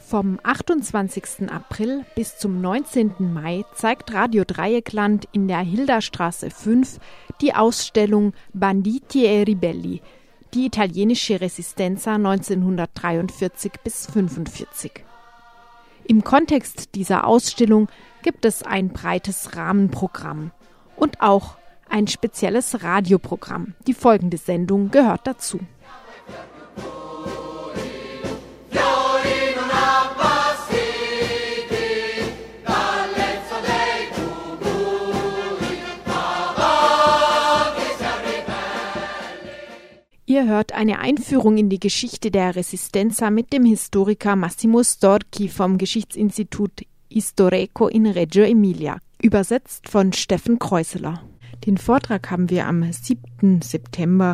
Vom 28. April bis zum 19. Mai zeigt Radio Dreieckland in der Hilderstraße 5 die Ausstellung Banditi e Ribelli, die italienische Resistenza 1943 bis 1945. Im Kontext dieser Ausstellung gibt es ein breites Rahmenprogramm und auch ein spezielles Radioprogramm. Die folgende Sendung gehört dazu. Ihr hört eine Einführung in die Geschichte der Resistenza mit dem Historiker Massimo Storchi vom Geschichtsinstitut Historico in Reggio Emilia, übersetzt von Steffen Kreuseler. Den Vortrag haben wir am 7. September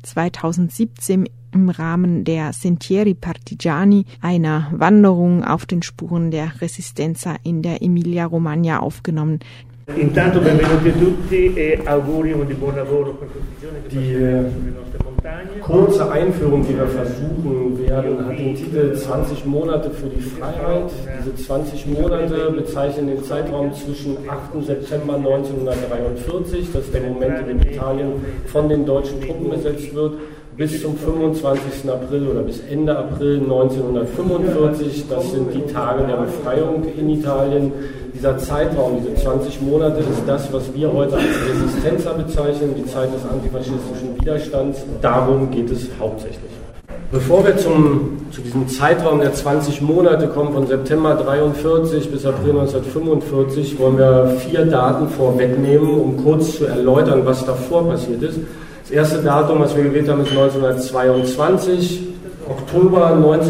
2017 im Rahmen der Sentieri Partigiani, einer Wanderung auf den Spuren der Resistenza in der Emilia-Romagna, aufgenommen. Intanto benvenuti tutti e auguri di buon lavoro per die kurze Einführung, die wir versuchen werden, hat den Titel 20 Monate für die Freiheit. Diese 20 Monate bezeichnen den Zeitraum zwischen 8. September 1943, das ist der Moment, in dem Italien von den deutschen Truppen besetzt wird, bis zum 25. April oder bis Ende April 1945. Das sind die Tage der Befreiung in Italien. Dieser Zeitraum, diese 20 Monate, ist das, was wir heute als Resistenza bezeichnen, die Zeit des antifaschistischen Widerstands. Darum geht es hauptsächlich. Bevor wir zu diesem Zeitraum der 20 Monate kommen, von September 1943 bis April 1945, wollen wir 4 Daten vorwegnehmen, um kurz zu erläutern, was davor passiert ist. Das erste Datum, was wir gewählt haben, ist 1922, Oktober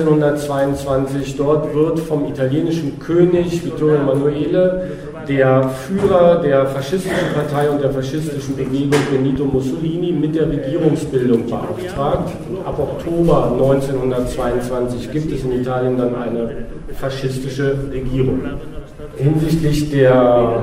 1922. Dort wird vom italienischen König Vittorio Emanuele der Führer der faschistischen Partei und der faschistischen Bewegung Benito Mussolini mit der Regierungsbildung beauftragt. Und ab Oktober 1922 gibt es in Italien dann eine faschistische Regierung. Hinsichtlich der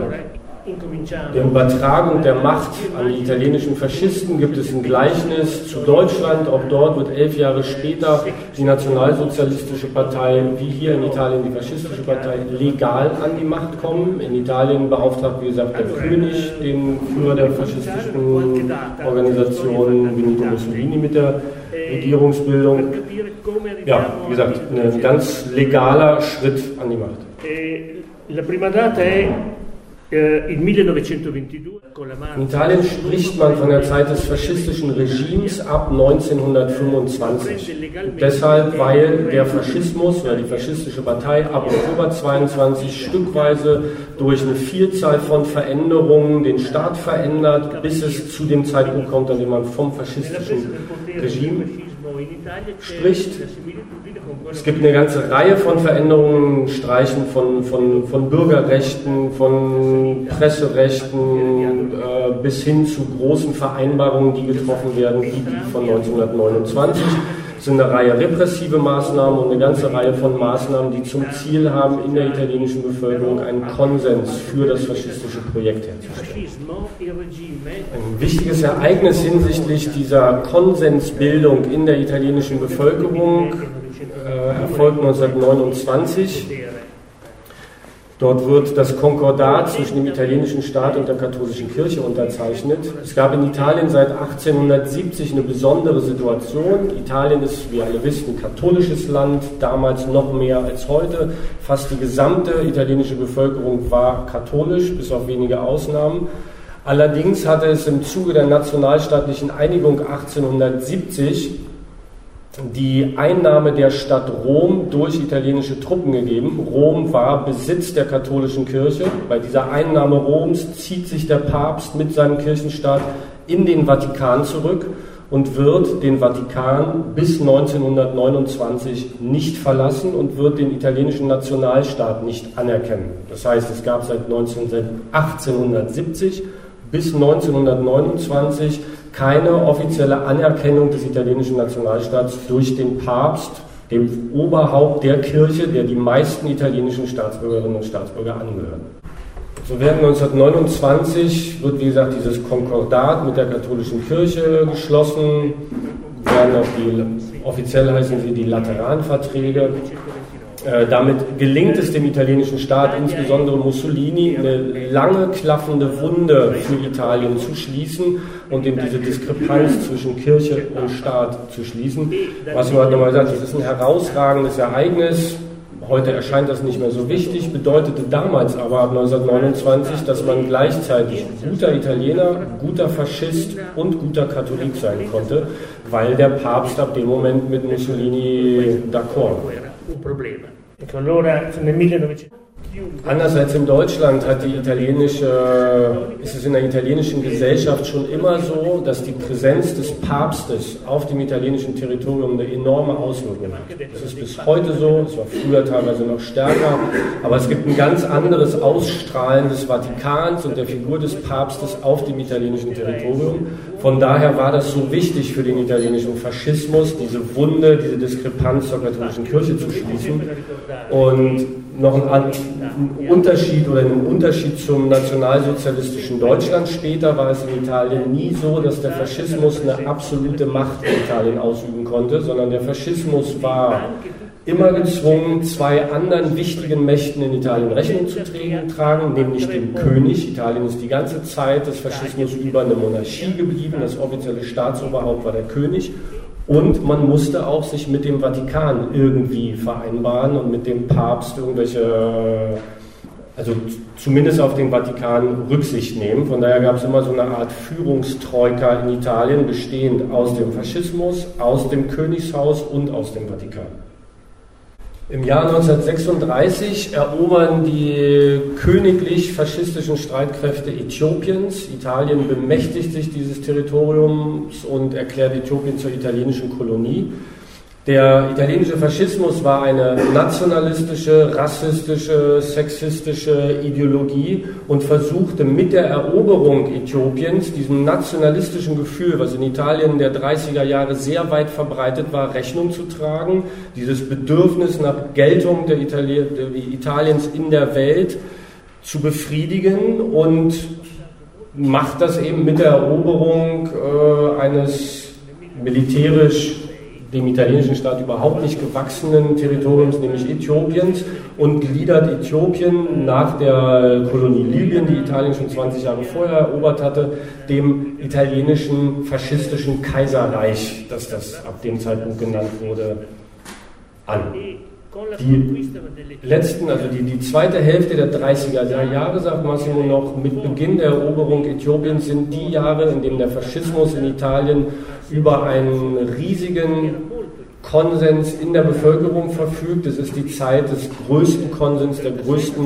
Übertragung der Macht an die italienischen Faschisten gibt es ein Gleichnis zu Deutschland. Auch dort wird 11 Jahre später die nationalsozialistische Partei, wie hier in Italien die faschistische Partei, legal an die Macht kommen. In Italien beauftragt, wie gesagt, der König den Führer der faschistischen Organisation Benito Mussolini mit der Regierungsbildung. Ja, wie gesagt, ein ganz legaler Schritt an die Macht. La prima data è In Italien spricht man von der Zeit des faschistischen Regimes ab 1925. Deshalb, weil der Faschismus oder die faschistische Partei ab Oktober 22 stückweise durch eine Vielzahl von Veränderungen den Staat verändert, bis es zu dem Zeitpunkt kommt, an dem man vom faschistischen Regime spricht. Es gibt eine ganze Reihe von Veränderungen, Streichen von Bürgerrechten, von Presserechten bis hin zu großen Vereinbarungen, die getroffen werden, wie die von 1929. Es sind eine Reihe repressive Maßnahmen und eine ganze Reihe von Maßnahmen, die zum Ziel haben, in der italienischen Bevölkerung einen Konsens für das faschistische Projekt herzustellen. Ein wichtiges Ereignis hinsichtlich dieser Konsensbildung in der italienischen Bevölkerung erfolgt 1929. Dort wird das Konkordat zwischen dem italienischen Staat und der katholischen Kirche unterzeichnet. Es gab in Italien seit 1870 eine besondere Situation. Italien ist, wie ihr alle wisst, ein katholisches Land, damals noch mehr als heute. Fast die gesamte italienische Bevölkerung war katholisch, bis auf wenige Ausnahmen. Allerdings hatte es im Zuge der nationalstaatlichen Einigung 1870 die Einnahme der Stadt Rom durch italienische Truppen gegeben. Rom war Besitz der katholischen Kirche. Bei dieser Einnahme Roms zieht sich der Papst mit seinem Kirchenstaat in den Vatikan zurück und wird den Vatikan bis 1929 nicht verlassen und wird den italienischen Nationalstaat nicht anerkennen. Das heißt, es gab seit 1870 bis 1929 keine offizielle Anerkennung des italienischen Nationalstaats durch den Papst, dem Oberhaupt der Kirche, der die meisten italienischen Staatsbürgerinnen und Staatsbürger angehören. So werden 1929, wird wie gesagt dieses Konkordat mit der katholischen Kirche geschlossen, werden auch offiziell heißen sie die Lateranverträge. Damit gelingt es dem italienischen Staat, insbesondere Mussolini, eine lange klaffende Wunde für Italien zu schließen und eben diese Diskrepanz zwischen Kirche und Staat zu schließen. Was man nochmal sagt, das ist ein herausragendes Ereignis. Heute erscheint das nicht mehr so wichtig, bedeutete damals aber ab 1929, dass man gleichzeitig guter Italiener, guter Faschist und guter Katholik sein konnte, weil der Papst ab dem Moment mit Mussolini d'accord war. Anders als in Deutschland ist es in der italienischen Gesellschaft schon immer so, dass die Präsenz des Papstes auf dem italienischen Territorium eine enorme Auswirkung hat. Das ist bis heute so, es war früher teilweise noch stärker, aber es gibt ein ganz anderes Ausstrahlen des Vatikans und der Figur des Papstes auf dem italienischen Territorium. Von daher war das so wichtig für den italienischen Faschismus, diese Wunde, diese Diskrepanz zur katholischen Kirche zu schließen. Und noch ein Unterschied zum nationalsozialistischen Deutschland später war es in Italien nie so, dass der Faschismus eine absolute Macht in Italien ausüben konnte, sondern der Faschismus war immer gezwungen, zwei anderen wichtigen Mächten in Italien Rechnung zu tragen, nämlich dem König. Italien ist die ganze Zeit des Faschismus über eine Monarchie geblieben, das offizielle Staatsoberhaupt war der König. Und man musste auch sich mit dem Vatikan irgendwie vereinbaren und mit dem Papst also zumindest auf den Vatikan Rücksicht nehmen. Von daher gab es immer so eine Art Führungstroika in Italien, bestehend aus dem Faschismus, aus dem Königshaus und aus dem Vatikan. Im Jahr 1936 erobern die königlich-faschistischen Streitkräfte Äthiopiens. Italien bemächtigt sich dieses Territoriums und erklärt Äthiopien zur italienischen Kolonie. Der italienische Faschismus war eine nationalistische, rassistische, sexistische Ideologie und versuchte mit der Eroberung Äthiopiens diesem nationalistischen Gefühl, was in Italien der 30er Jahre sehr weit verbreitet war, Rechnung zu tragen. Dieses Bedürfnis nach Geltung Italiens in der Welt zu befriedigen und macht das eben mit der Eroberung eines militärisch dem italienischen Staat überhaupt nicht gewachsenen Territoriums, nämlich Äthiopiens, und gliedert Äthiopien nach der Kolonie Libyen, die Italien schon 20 Jahre vorher erobert hatte, dem italienischen faschistischen Kaiserreich, das ab dem Zeitpunkt genannt wurde, an. Die zweite Hälfte der 30er Jahre, sagt Massimo noch, mit Beginn der Eroberung Äthiopiens sind die Jahre, in denen der Faschismus in Italien über einen riesigen Konsens in der Bevölkerung verfügt. Es ist die Zeit des größten Konsens, der größten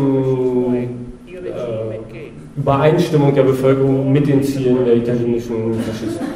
Übereinstimmung der Bevölkerung mit den Zielen der italienischen Faschisten.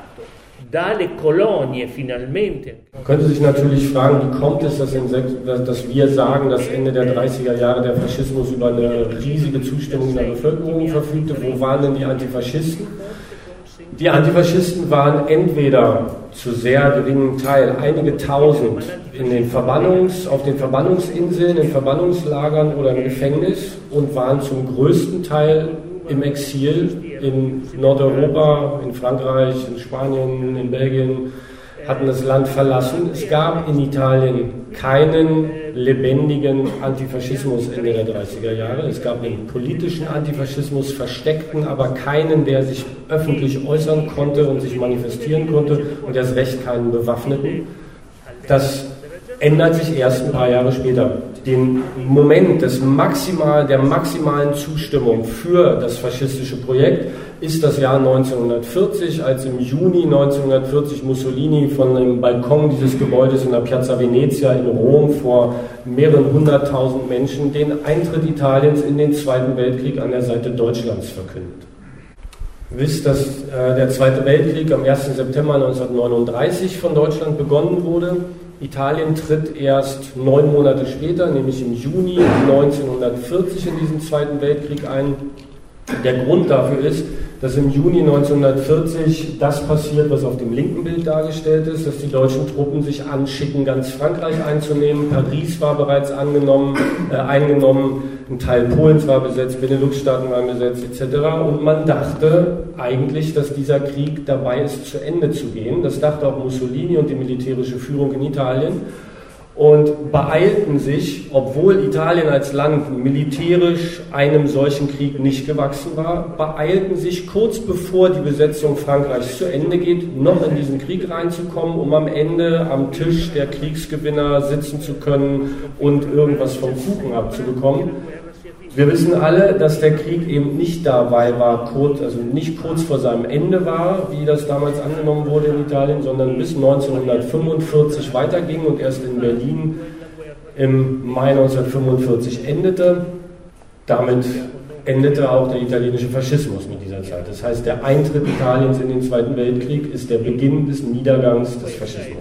Man könnte sich natürlich fragen, wie kommt es, dass wir sagen, dass Ende der 30er Jahre der Faschismus über eine riesige Zustimmung in der Bevölkerung verfügte. Wo waren denn die Antifaschisten? Die Antifaschisten waren entweder zu sehr geringem Teil, einige Tausend, auf den Verbannungsinseln, in Verbannungslagern oder im Gefängnis und waren zum größten Teil im Exil in Nordeuropa, in Frankreich, in Spanien, in Belgien, hatten das Land verlassen. Es gab in Italien keinen lebendigen Antifaschismus Ende der 30er Jahre. Es gab einen politischen Antifaschismus, versteckten, aber keinen, der sich öffentlich äußern konnte und sich manifestieren konnte und erst recht keinen bewaffneten. Das ändert sich erst ein paar Jahre später. Den Moment der maximalen Zustimmung für das faschistische Projekt ist das Jahr 1940, als im Juni 1940 Mussolini von dem Balkon dieses Gebäudes in der Piazza Venezia in Rom vor mehreren hunderttausend Menschen den Eintritt Italiens in den Zweiten Weltkrieg an der Seite Deutschlands verkündet. Ihr wisst, dass der Zweite Weltkrieg am 1. September 1939 von Deutschland begonnen wurde. Italien tritt erst 9 Monate später, nämlich im Juni 1940 in diesen Zweiten Weltkrieg ein. Der Grund dafür ist, dass im Juni 1940 das passiert, was auf dem linken Bild dargestellt ist, dass die deutschen Truppen sich anschicken, ganz Frankreich einzunehmen. Paris war bereits eingenommen, ein Teil Polens war besetzt, Benelux-Staaten waren besetzt etc. Und man dachte eigentlich, dass dieser Krieg dabei ist, zu Ende zu gehen. Das dachte auch Mussolini und die militärische Führung in Italien. und beeilten sich, obwohl Italien als Land militärisch einem solchen Krieg nicht gewachsen war, beeilten sich kurz bevor die Besetzung Frankreichs zu Ende geht, noch in diesen Krieg reinzukommen, um am Ende am Tisch der Kriegsgewinner sitzen zu können und irgendwas vom Kuchen abzubekommen. Wir wissen alle, dass der Krieg eben nicht dabei war, nicht kurz vor seinem Ende war, wie das damals angenommen wurde in Italien, sondern bis 1945 weiterging und erst in Berlin im Mai 1945 endete. Damit endete auch der italienische Faschismus mit dieser Zeit. Das heißt, der Eintritt Italiens in den Zweiten Weltkrieg ist der Beginn des Niedergangs des Faschismus.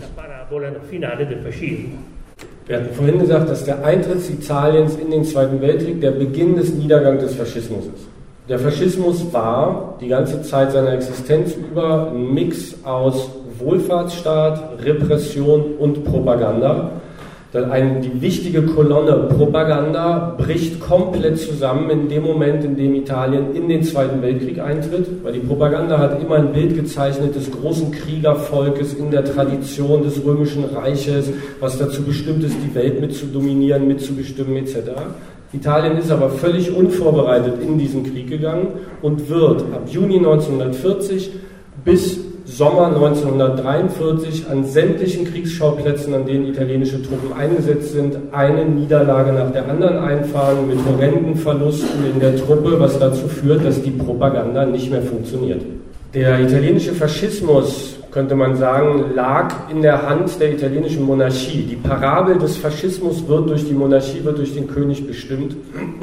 Wir hatten vorhin gesagt, dass der Eintritt Italiens in den Zweiten Weltkrieg der Beginn des Niedergangs des Faschismus ist. Der Faschismus war die ganze Zeit seiner Existenz über ein Mix aus Wohlfahrtsstaat, Repression und Propaganda. Die wichtige Kolonne Propaganda bricht komplett zusammen in dem Moment, in dem Italien in den Zweiten Weltkrieg eintritt, weil die Propaganda hat immer ein Bild gezeichnet des großen Kriegervolkes in der Tradition des Römischen Reiches, was dazu bestimmt ist, die Welt mitzudominieren, mitzubestimmen etc. Italien ist aber völlig unvorbereitet in diesen Krieg gegangen und wird ab Juni 1940 bis Sommer 1943 an sämtlichen Kriegsschauplätzen, an denen italienische Truppen eingesetzt sind, eine Niederlage nach der anderen einfahren mit horrenden Verlusten in der Truppe, was dazu führt, dass die Propaganda nicht mehr funktioniert. Der italienische Faschismus, könnte man sagen, lag in der Hand der italienischen Monarchie. Die Parabel des Faschismus wird durch die Monarchie, wird durch den König bestimmt.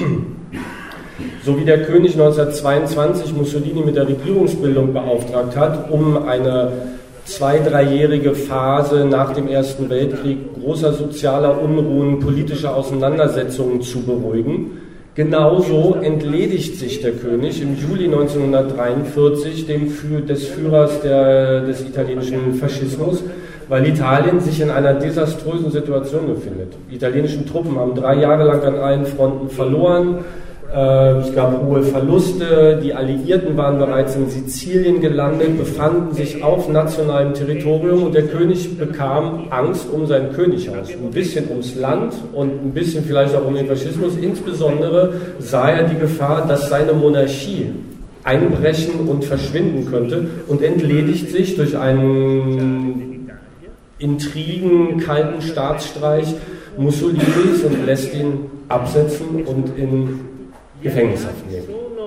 So wie der König 1922 Mussolini mit der Regierungsbildung beauftragt hat, um eine 2-3-jährige Phase nach dem Ersten Weltkrieg großer sozialer Unruhen, politischer Auseinandersetzungen zu beruhigen. Genauso entledigt sich der König im Juli 1943 des Führers des italienischen Faschismus, weil Italien sich in einer desaströsen Situation befindet. Die italienischen Truppen haben 3 Jahre lang an allen Fronten verloren. Es gab hohe Verluste, die Alliierten waren bereits in Sizilien gelandet, befanden sich auf nationalem Territorium und der König bekam Angst um sein Könighaus, ein bisschen ums Land und ein bisschen vielleicht auch um den Faschismus. Insbesondere sah er die Gefahr, dass seine Monarchie einbrechen und verschwinden könnte und entledigt sich durch einen Intrigen, kalten Staatsstreich Mussolinis und lässt ihn absetzen und in Gefängnishaft nehmen.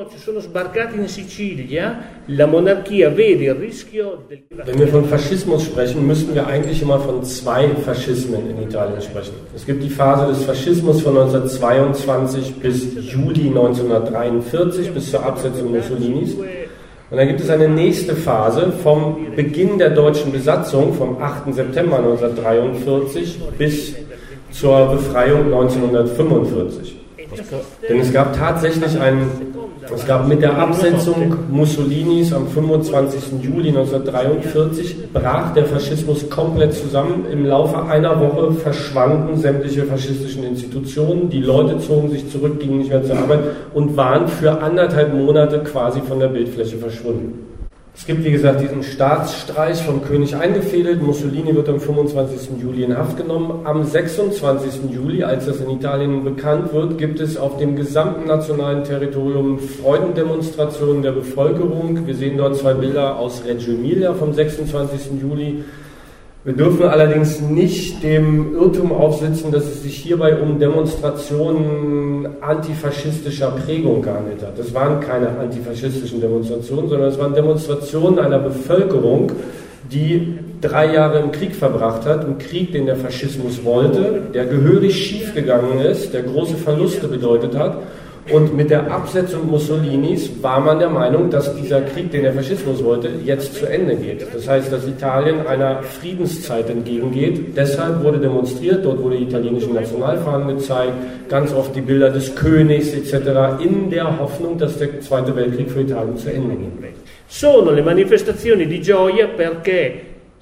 Wenn wir von Faschismus sprechen, müssten wir eigentlich immer von 2 Faschismen in Italien sprechen. Es gibt die Phase des Faschismus von 1922 bis Juli 1943, bis zur Absetzung Mussolinis. Und dann gibt es eine nächste Phase vom Beginn der deutschen Besatzung, vom 8. September 1943 bis zur Befreiung 1945. Denn es gab tatsächlich mit der Absetzung Mussolinis am 25. Juli 1943 brach der Faschismus komplett zusammen. Im Laufe einer Woche verschwanden sämtliche faschistischen Institutionen, die Leute zogen sich zurück, gingen nicht mehr zur Arbeit und waren für 1,5 Monate quasi von der Bildfläche verschwunden. Es gibt, wie gesagt, diesen Staatsstreich vom König eingefädelt. Mussolini wird am 25. Juli in Haft genommen. Am 26. Juli, als das in Italien bekannt wird, gibt es auf dem gesamten nationalen Territorium Freudendemonstrationen der Bevölkerung. Wir sehen dort 2 Bilder aus Reggio Emilia vom 26. Juli. Wir dürfen allerdings nicht dem Irrtum aufsitzen, dass es sich hierbei um Demonstrationen antifaschistischer Prägung gehandelt hat. Das waren keine antifaschistischen Demonstrationen, sondern es waren Demonstrationen einer Bevölkerung, die 3 Jahre im Krieg verbracht hat, im Krieg, den der Faschismus wollte, der gehörig schiefgegangen ist, der große Verluste bedeutet hat. Und mit der Absetzung Mussolinis war man der Meinung, dass dieser Krieg, den der Faschismus wollte, jetzt zu Ende geht. Das heißt, dass Italien einer Friedenszeit entgegengeht. Deshalb wurde demonstriert, dort wurde die italienische Nationalfahne gezeigt, ganz oft die Bilder des Königs etc., in der Hoffnung, dass der Zweite Weltkrieg für Italien zu Ende geht. Sono le manifestazioni di gioia perché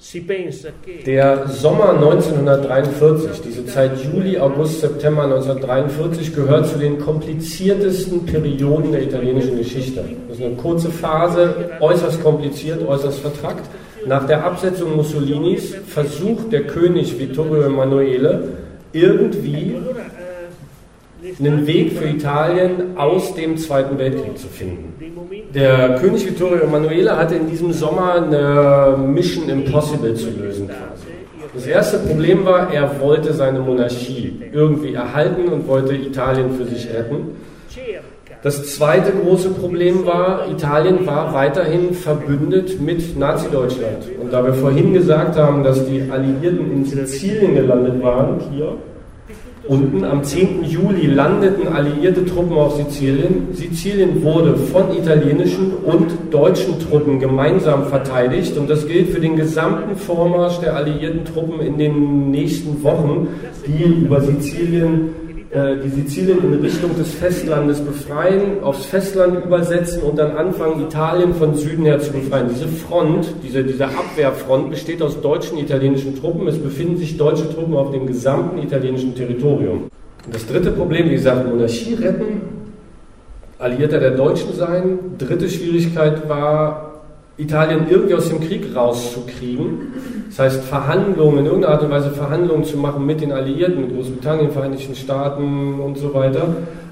der Sommer 1943, diese Zeit Juli, August, September 1943, gehört zu den kompliziertesten Perioden der italienischen Geschichte. Das ist eine kurze Phase, äußerst kompliziert, äußerst vertrackt. Nach der Absetzung Mussolinis versucht der König Vittorio Emanuele irgendwie einen Weg für Italien aus dem Zweiten Weltkrieg zu finden. Der König Vittorio Emanuele hatte in diesem Sommer eine Mission Impossible zu lösen quasi. Das erste Problem war, er wollte seine Monarchie irgendwie erhalten und wollte Italien für sich retten. Das zweite große Problem war, Italien war weiterhin verbündet mit Nazi-Deutschland. Und da wir vorhin gesagt haben, dass die Alliierten in Sizilien gelandet waren, hier unten am 10. Juli landeten alliierte Truppen auf Sizilien. Sizilien wurde von italienischen und deutschen Truppen gemeinsam verteidigt. Und das gilt für den gesamten Vormarsch der alliierten Truppen in den nächsten Wochen, die über Sizilien in Richtung des Festlandes befreien, aufs Festland übersetzen und dann anfangen, Italien von Süden her zu befreien. Diese Front, diese Abwehrfront besteht aus deutschen, italienischen Truppen. Es befinden sich deutsche Truppen auf dem gesamten italienischen Territorium. Und das dritte Problem, wie gesagt, Monarchie retten, Alliierter der Deutschen sein. Dritte Schwierigkeit war, Italien irgendwie aus dem Krieg rauszukriegen. Das heißt, Verhandlungen, in irgendeiner Art und Weise Verhandlungen zu machen mit den Alliierten, mit Großbritannien, Vereinigten Staaten und so weiter,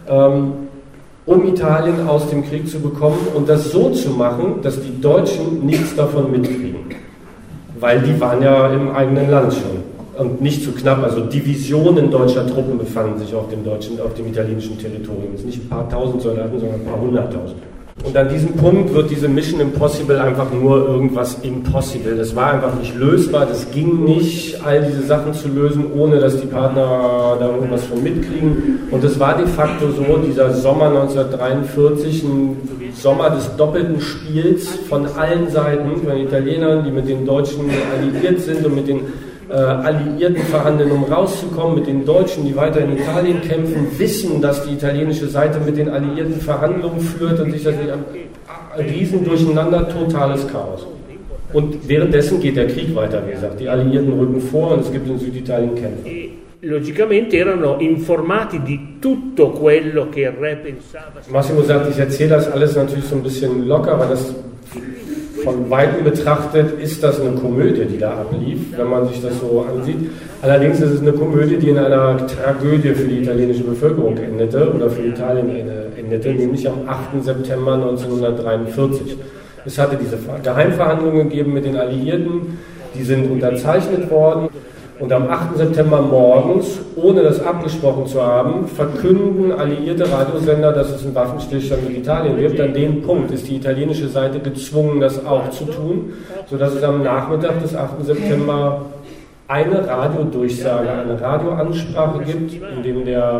um Italien aus dem Krieg zu bekommen und das so zu machen, dass die Deutschen nichts davon mitkriegen. Weil die waren ja im eigenen Land schon und nicht zu knapp. Also Divisionen deutscher Truppen befanden sich auf dem italienischen Territorium. Es sind nicht ein paar tausend Soldaten, sondern ein paar hunderttausend. Und an diesem Punkt wird diese Mission Impossible einfach nur irgendwas impossible. Das war einfach nicht lösbar, das ging nicht, all diese Sachen zu lösen, ohne dass die Partner da irgendwas von mitkriegen. Und es war de facto so, dieser Sommer 1943, ein Sommer des doppelten Spiels von allen Seiten, von den Italienern, die mit den Deutschen alliiert sind und mit den Alliierten verhandeln, um rauszukommen, mit den Deutschen, die weiter in Italien kämpfen, wissen, dass die italienische Seite mit den Alliierten Verhandlungen führt und sich das nicht ein Riesendurcheinander, totales Chaos. Und währenddessen geht der Krieg weiter, wie gesagt. Die Alliierten rücken vor und es gibt in Süditalien Kämpfe. Logicamente erano informati di tutto quello che il re pensava. Massimo sagt, ich erzähle das alles natürlich so ein bisschen locker, weil das von Weitem betrachtet ist das eine Komödie, die da ablief, wenn man sich das so ansieht. Allerdings ist es eine Komödie, die in einer Tragödie für die italienische Bevölkerung endete oder für Italien endete, nämlich am 8. September 1943. Es hatte diese Geheimverhandlungen gegeben mit den Alliierten, die sind unterzeichnet worden. Und am 8. September morgens, ohne das abgesprochen zu haben, verkünden alliierte Radiosender, dass es einen Waffenstillstand mit Italien gibt. An dem Punkt ist die italienische Seite gezwungen, das auch zu tun, sodass es am Nachmittag des 8. September eine Radiodurchsage, eine Radioansprache gibt, in dem der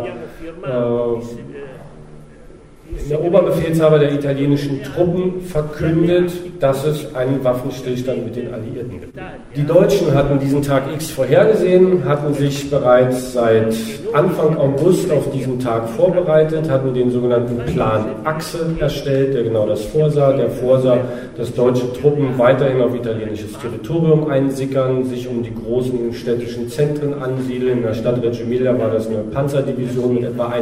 Oberbefehlshaber der italienischen Truppen verkündet, dass es einen Waffenstillstand mit den Alliierten gibt. Die Deutschen hatten diesen Tag X vorhergesehen, hatten sich bereits seit Anfang August auf diesen Tag vorbereitet, hatten den sogenannten Plan Achse erstellt, der genau das vorsah. Der vorsah, dass deutsche Truppen weiterhin auf italienisches Territorium einsickern, sich um die großen städtischen Zentren ansiedeln. In der Stadt Reggio Emilia war das eine Panzerdivision mit etwa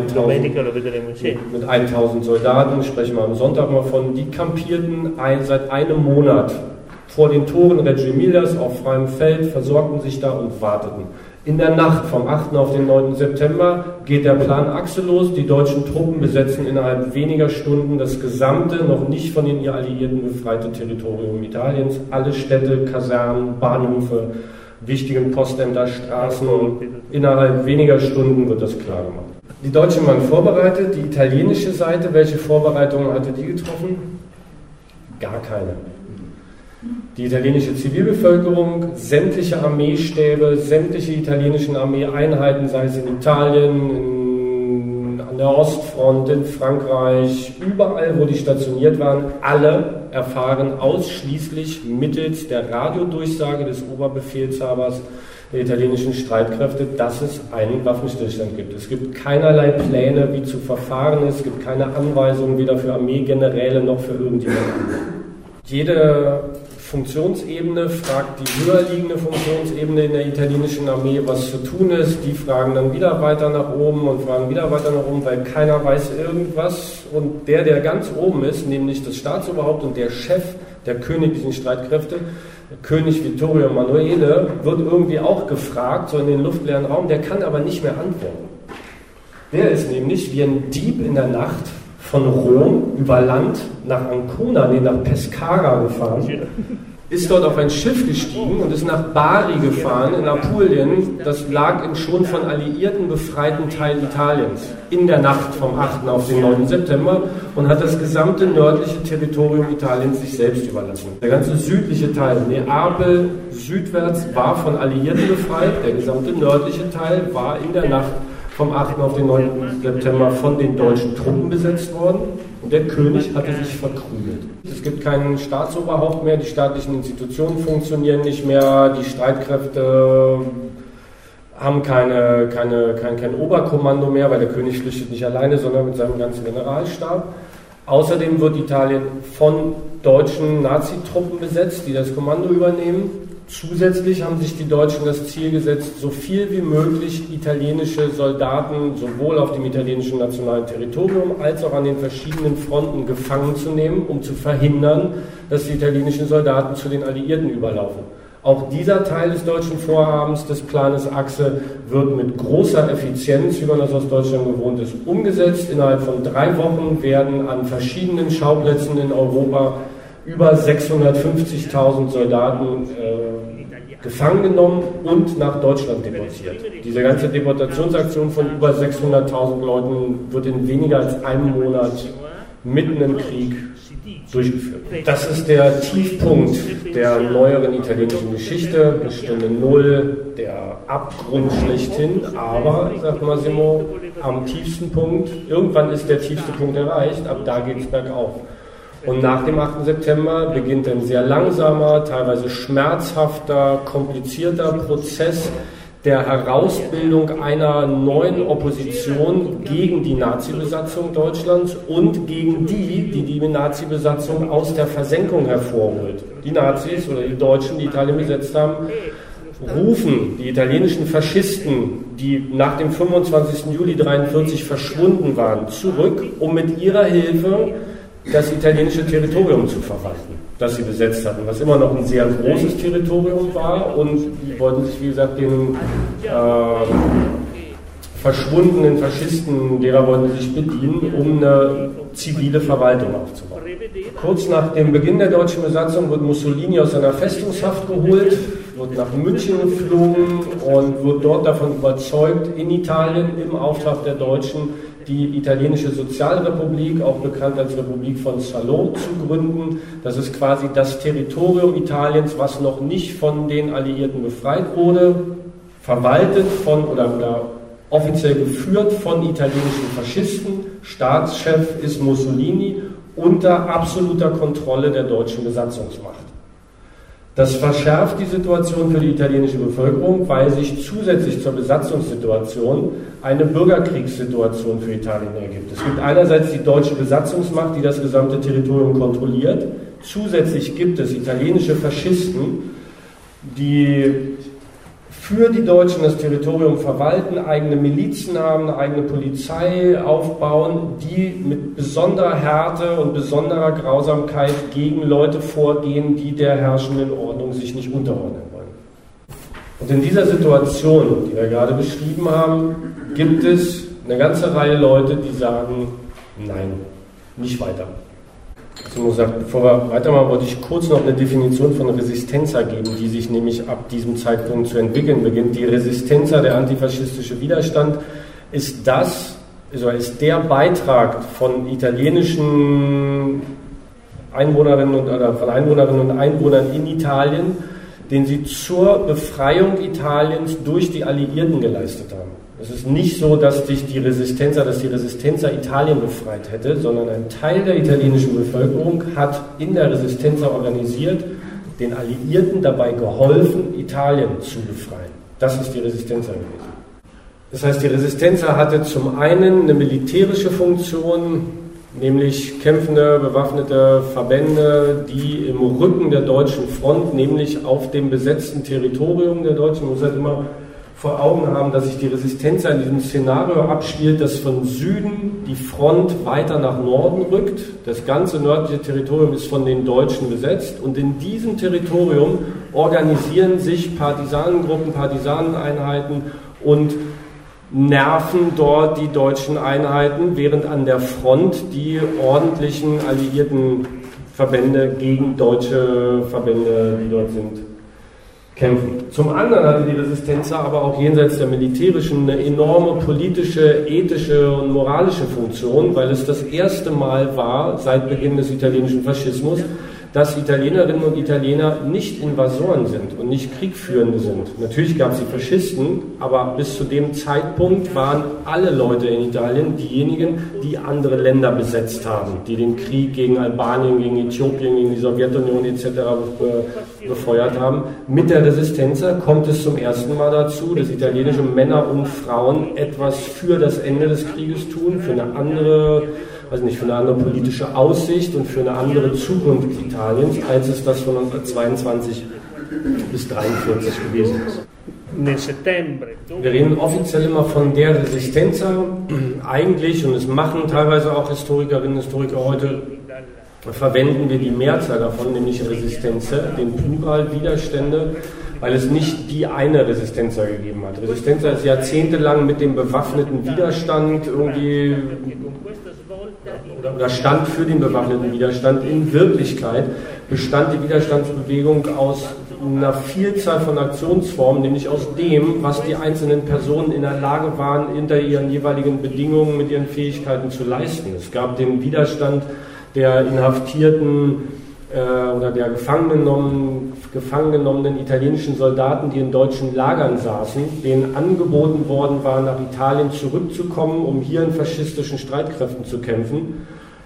1000 Soldaten, sprechen wir am Sonntag mal von, die kampierten seit einem Monat vor den Toren Reggio Emilias auf freiem Feld, versorgten sich da und warteten. In der Nacht vom 8. auf den 9. September geht der Plan Achse los. Die deutschen Truppen besetzen innerhalb weniger Stunden das gesamte, noch nicht von den Alliierten befreite Territorium Italiens. Alle Städte, Kasernen, Bahnhöfe, wichtigen Postämter, Straßen. Innerhalb weniger Stunden wird das klar gemacht. Die Deutschen waren vorbereitet, die italienische Seite, welche Vorbereitungen hatte die getroffen? Gar keine. Die italienische Zivilbevölkerung, sämtliche Armeestäbe, sämtliche italienischen Armeeeinheiten, sei es in Italien, an der Ostfront, in Frankreich, überall, wo die stationiert waren, alle erfahren ausschließlich mittels der Radiodurchsage des Oberbefehlshabers der italienischen Streitkräfte, dass es einen Waffenstillstand gibt. Es gibt keinerlei Pläne, wie zu verfahren ist, es gibt keine Anweisungen, weder für Armeegeneräle noch für irgendjemanden. Jede Funktionsebene, fragt die höher liegende Funktionsebene in der italienischen Armee, was zu tun ist. Die fragen dann wieder weiter nach oben und fragen wieder weiter nach oben, weil keiner weiß irgendwas. Und der ganz oben ist, nämlich das Staatsoberhaupt und der Chef, der König dieser Streitkräfte, König Vittorio Emanuele, wird irgendwie auch gefragt, so in den luftleeren Raum, der kann aber nicht mehr antworten. Der ist nämlich wie ein Dieb in der Nacht von Rom über Land nach Ancona, nach Pescara gefahren, ist dort auf ein Schiff gestiegen und ist nach Bari gefahren in Apulien. Das lag im schon von Alliierten befreiten Teil Italiens in der Nacht vom 8. auf den 9. September und hat das gesamte nördliche Territorium Italiens sich selbst überlassen. Der ganze südliche Teil, Neapel südwärts, war von Alliierten befreit. Der gesamte nördliche Teil war in der Nacht vom 8. auf den 9. September von den deutschen Truppen besetzt worden und der König hatte sich verkrümelt. Es gibt keinen Staatsoberhaupt mehr, die staatlichen Institutionen funktionieren nicht mehr, die Streitkräfte haben kein Oberkommando mehr, weil der König flüchtet nicht alleine, sondern mit seinem ganzen Generalstab. Außerdem wird Italien von deutschen Nazitruppen besetzt, die das Kommando übernehmen. Zusätzlich haben sich die Deutschen das Ziel gesetzt, so viel wie möglich italienische Soldaten sowohl auf dem italienischen nationalen Territorium als auch an den verschiedenen Fronten gefangen zu nehmen, um zu verhindern, dass die italienischen Soldaten zu den Alliierten überlaufen. Auch dieser Teil des deutschen Vorhabens, des Planes Achse, wird mit großer Effizienz, wie man das aus Deutschland gewohnt ist, umgesetzt. Innerhalb von 3 Wochen werden an verschiedenen Schauplätzen in Europa über 650.000 Soldaten gefangen genommen und nach Deutschland deportiert. Diese ganze Deportationsaktion von über 600.000 Leuten wird in weniger als einem Monat mitten im Krieg durchgeführt. Das ist der Tiefpunkt der neueren italienischen Geschichte, eine Stunde Null, der Abgrund schlechthin, aber, sagt Massimo, am tiefsten Punkt, irgendwann ist der tiefste Punkt erreicht, ab da geht es bergauf. Und nach dem 8. September beginnt ein sehr langsamer, teilweise schmerzhafter, komplizierter Prozess der Herausbildung einer neuen Opposition gegen die Nazi-Besatzung Deutschlands und gegen die Nazi-Besatzung aus der Versenkung hervorholt. Die Nazis oder die Deutschen, die Italien besetzt haben, rufen die italienischen Faschisten, die nach dem 25. Juli 1943 verschwunden waren, zurück, um mit ihrer Hilfe das italienische Territorium zu verwalten, das sie besetzt hatten, was immer noch ein sehr großes Territorium war, und die wollten sich, wie gesagt, den verschwundenen Faschisten, derer wollten sie sich bedienen, um eine zivile Verwaltung aufzubauen. Kurz nach dem Beginn der deutschen Besatzung wird Mussolini aus seiner Festungshaft geholt, wird nach München geflogen und wird dort davon überzeugt, in Italien im Auftrag der Deutschen die italienische Sozialrepublik, auch bekannt als Republik von Salò, zu gründen. Das ist quasi das Territorium Italiens, was noch nicht von den Alliierten befreit wurde, verwaltet von oder offiziell geführt von italienischen Faschisten. Staatschef ist Mussolini unter absoluter Kontrolle der deutschen Besatzungsmacht. Das verschärft die Situation für die italienische Bevölkerung, weil sich zusätzlich zur Besatzungssituation eine Bürgerkriegssituation für Italien ergibt. Es gibt einerseits die deutsche Besatzungsmacht, die das gesamte Territorium kontrolliert. Zusätzlich gibt es italienische Faschisten, die für die Deutschen das Territorium verwalten, eigene Milizen haben, eine eigene Polizei aufbauen, die mit besonderer Härte und besonderer Grausamkeit gegen Leute vorgehen, die der herrschenden Ordnung sich nicht unterordnen wollen. Und in dieser Situation, die wir gerade beschrieben haben, gibt es eine ganze Reihe Leute, die sagen, nein, nicht weiter. Massimo sagt, bevor wir weitermachen, wollte ich kurz noch eine Definition von Resistenza geben, die sich nämlich ab diesem Zeitpunkt zu entwickeln beginnt. Die Resistenza, der antifaschistische Widerstand, ist der Beitrag von italienischen Einwohnerinnen und Einwohnern in Italien, den sie zur Befreiung Italiens durch die Alliierten geleistet haben. Es ist nicht so, dass die Resistenza Italien befreit hätte, sondern ein Teil der italienischen Bevölkerung hat in der Resistenza organisiert, den Alliierten dabei geholfen, Italien zu befreien. Das ist die Resistenza gewesen. Das heißt, die Resistenza hatte zum einen eine militärische Funktion, nämlich kämpfende, bewaffnete Verbände, die im Rücken der deutschen Front, nämlich auf dem besetzten Territorium der Deutschen, man muss halt immer vor Augen haben, dass sich die Resistenz in diesem Szenario abspielt, dass von Süden die Front weiter nach Norden rückt. Das ganze nördliche Territorium ist von den Deutschen besetzt und in diesem Territorium organisieren sich Partisanengruppen, Partisaneneinheiten und nerven dort die deutschen Einheiten, während an der Front die ordentlichen alliierten Verbände gegen deutsche Verbände, die dort sind, kämpfen. Zum anderen hatte die Resistenza aber auch jenseits der militärischen eine enorme politische, ethische und moralische Funktion, weil es das erste Mal war, seit Beginn des italienischen Faschismus, dass Italienerinnen und Italiener nicht Invasoren sind und nicht Kriegführende sind. Natürlich gab es die Faschisten, aber bis zu dem Zeitpunkt waren alle Leute in Italien diejenigen, die andere Länder besetzt haben, die den Krieg gegen Albanien, gegen Äthiopien, gegen die Sowjetunion etc. befeuert haben. Mit der Resistenza kommt es zum ersten Mal dazu, dass italienische Männer und Frauen etwas für das Ende des Krieges tun, für eine andere politische Aussicht und für eine andere Zukunft Italiens, als es das von 1922 bis 1943 gewesen ist. Wir reden offiziell immer von der Resistenza, eigentlich, und es machen teilweise auch Historikerinnen und Historiker heute, verwenden wir die Mehrzahl davon, nämlich Resistenza, den Plural Widerstände, weil es nicht die eine Resistenza gegeben hat. Resistenza ist jahrzehntelang mit dem bewaffneten Widerstand irgendwie oder stand für den bewaffneten Widerstand. In Wirklichkeit bestand die Widerstandsbewegung aus einer Vielzahl von Aktionsformen, nämlich aus dem, was die einzelnen Personen in der Lage waren, unter ihren jeweiligen Bedingungen mit ihren Fähigkeiten zu leisten. Es gab den Widerstand der Inhaftierten oder der gefangen genommenen italienischen Soldaten, die in deutschen Lagern saßen, denen angeboten worden war, nach Italien zurückzukommen, um hier in faschistischen Streitkräften zu kämpfen.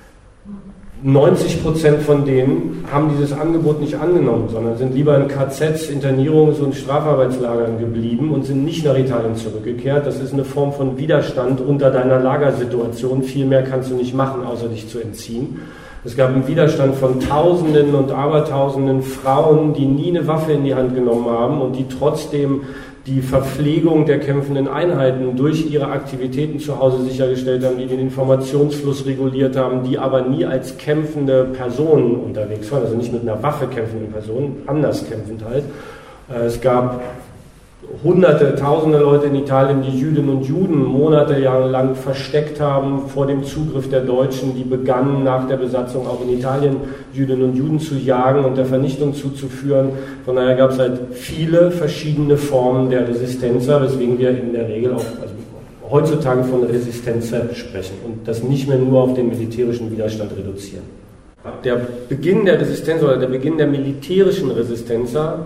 90% von denen haben dieses Angebot nicht angenommen, sondern sind lieber in KZs, Internierungs- und Strafarbeitslagern geblieben und sind nicht nach Italien zurückgekehrt. Das ist eine Form von Widerstand unter deiner Lagersituation. Viel mehr kannst du nicht machen, außer dich zu entziehen. Es gab einen Widerstand von Tausenden und Abertausenden Frauen, die nie eine Waffe in die Hand genommen haben und die trotzdem die Verpflegung der kämpfenden Einheiten durch ihre Aktivitäten zu Hause sichergestellt haben, die den Informationsfluss reguliert haben, die aber nie als kämpfende Personen unterwegs waren, also nicht mit einer Waffe kämpfende Personen, anders kämpfend halt. Es gab Hunderte, Tausende Leute in Italien, die Jüdinnen und Juden monatelang versteckt haben vor dem Zugriff der Deutschen, die begannen nach der Besatzung auch in Italien Jüdinnen und Juden zu jagen und der Vernichtung zuzuführen. Von daher gab es halt viele verschiedene Formen der Resistenza, weswegen wir in der Regel auch heutzutage von Resistenza sprechen und das nicht mehr nur auf den militärischen Widerstand reduzieren. Der Beginn der Resistenza oder der Beginn der militärischen Resistenza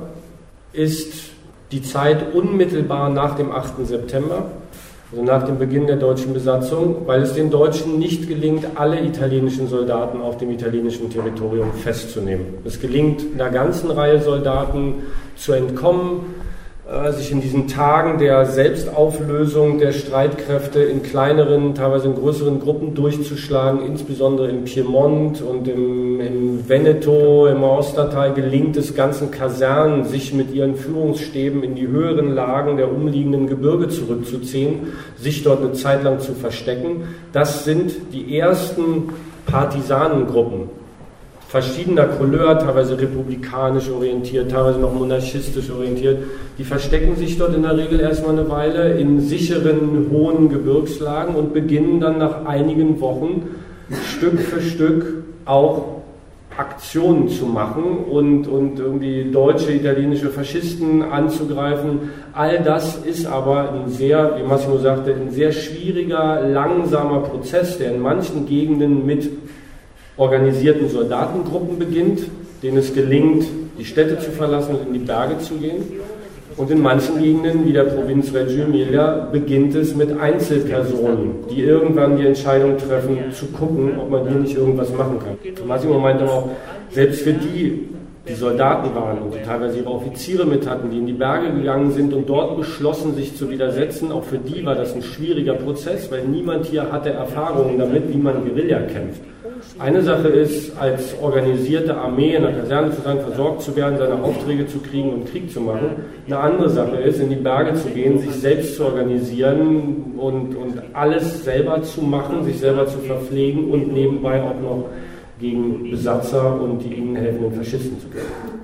ist die Zeit unmittelbar nach dem 8. September, also nach dem Beginn der deutschen Besatzung, weil es den Deutschen nicht gelingt, alle italienischen Soldaten auf dem italienischen Territorium festzunehmen. Es gelingt einer ganzen Reihe Soldaten zu entkommen, sich in diesen Tagen der Selbstauflösung der Streitkräfte in kleineren, teilweise in größeren Gruppen durchzuschlagen, insbesondere im Piemont und im Veneto, im Ostteil gelingt es ganzen Kasernen, sich mit ihren Führungsstäben in die höheren Lagen der umliegenden Gebirge zurückzuziehen, sich dort eine Zeit lang zu verstecken. Das sind die ersten Partisanengruppen verschiedener Couleur, teilweise republikanisch orientiert, teilweise noch monarchistisch orientiert, die verstecken sich dort in der Regel erstmal eine Weile in sicheren, hohen Gebirgslagen und beginnen dann nach einigen Wochen Stück für Stück auch Aktionen zu machen und irgendwie deutsche, italienische Faschisten anzugreifen. All das ist aber ein sehr, wie Massimo sagte, ein sehr schwieriger, langsamer Prozess, der in manchen Gegenden mit organisierten Soldatengruppen beginnt, denen es gelingt, die Städte zu verlassen und in die Berge zu gehen. Und in manchen Gegenden, wie der Provinz Reggio Emilia, beginnt es mit Einzelpersonen, die irgendwann die Entscheidung treffen, zu gucken, ob man hier nicht irgendwas machen kann. Massimo meinte auch, selbst für die die Soldaten waren und die teilweise ihre Offiziere mit hatten, die in die Berge gegangen sind und dort beschlossen, sich zu widersetzen. Auch für die war das ein schwieriger Prozess, weil niemand hier hatte Erfahrungen damit, wie man Guerilla kämpft. Eine Sache ist, als organisierte Armee in der Kaserne zu sein, versorgt zu werden, seine Aufträge zu kriegen und Krieg zu machen. Eine andere Sache ist, in die Berge zu gehen, sich selbst zu organisieren und alles selber zu machen, sich selber zu verpflegen und nebenbei auch noch gegen Besatzer und die ihnen helfenden Faschisten zu kämpfen.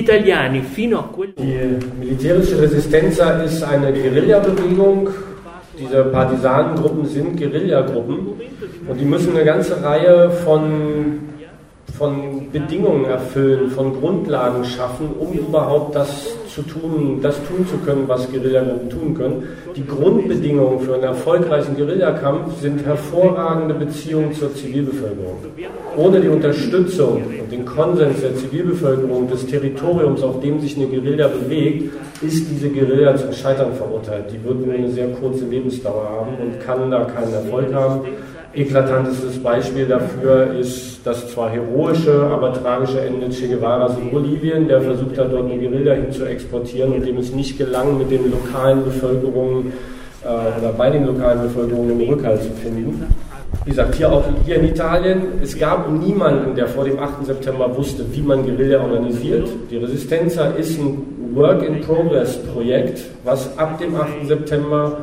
Die militärische Resistenza ist eine Guerillabewegung. Diese Partisanengruppen sind Guerillagruppen und die müssen eine ganze Reihe von Bedingungen erfüllen, von Grundlagen schaffen, um überhaupt das tun zu können, was Guerillagruppen tun können. Die Grundbedingungen für einen erfolgreichen Guerillakampf sind hervorragende Beziehungen zur Zivilbevölkerung. Ohne die Unterstützung und den Konsens der Zivilbevölkerung des Territoriums, auf dem sich eine Guerilla bewegt, ist diese Guerilla zum Scheitern verurteilt. Die wird nur eine sehr kurze Lebensdauer haben und kann da keinen Erfolg haben. Eklatantestes Beispiel dafür ist das zwar heroische, aber tragische Ende Che Guevaras in Bolivien, der versucht hat, dort eine Guerilla hin zu exportieren und dem es nicht gelang, mit den lokalen Bevölkerungen oder bei den lokalen Bevölkerungen einen Rückhalt zu finden. Wie gesagt, hier in Italien, es gab niemanden, der vor dem 8. September wusste, wie man Guerilla organisiert. Die Resistenza ist ein Work-in-Progress-Projekt, was ab dem 8. September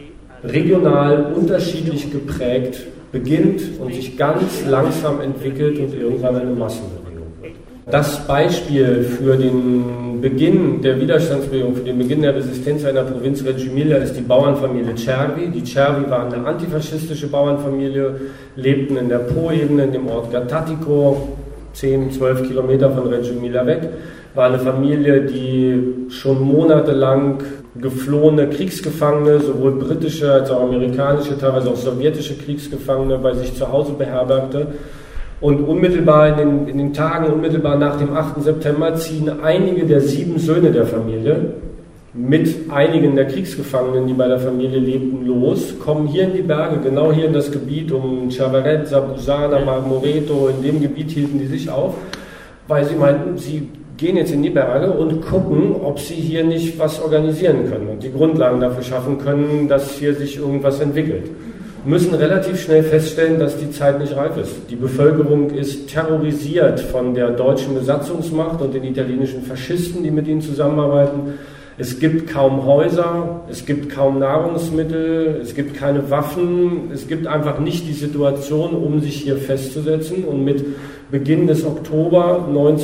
regional unterschiedlich geprägt beginnt und sich ganz langsam entwickelt und irgendwann eine Massenbewegung wird. Das Beispiel für den Beginn der Widerstandsbewegung, für den Beginn der Resistenza in der Provinz Reggio Emilia ist die Bauernfamilie Cervi. Die Cervi waren eine antifaschistische Bauernfamilie, lebten in der Po-Ebene in dem Ort Gattatico, 10-12 Kilometer von Reggio Emilia weg. War eine Familie, die schon monatelang geflohene Kriegsgefangene, sowohl britische als auch amerikanische, teilweise auch sowjetische Kriegsgefangene bei sich zu Hause beherbergte. Und unmittelbar in den Tagen, unmittelbar nach dem 8. September ziehen einige der 7 Söhne der Familie mit einigen der Kriegsgefangenen, die bei der Familie lebten, los, kommen hier in die Berge, genau hier in das Gebiet um Ciavarezza, Busana, Marmoreto, in dem Gebiet hielten die sich auf, weil sie meinten, sie gehen jetzt in die Berge und gucken, ob sie hier nicht was organisieren können und die Grundlagen dafür schaffen können, dass hier sich irgendwas entwickelt. Müssen relativ schnell feststellen, dass die Zeit nicht reif ist. Die Bevölkerung ist terrorisiert von der deutschen Besatzungsmacht und den italienischen Faschisten, die mit ihnen zusammenarbeiten. Es gibt kaum Häuser, es gibt kaum Nahrungsmittel, es gibt keine Waffen, es gibt einfach nicht die Situation, um sich hier festzusetzen. Und mit Beginn des Oktober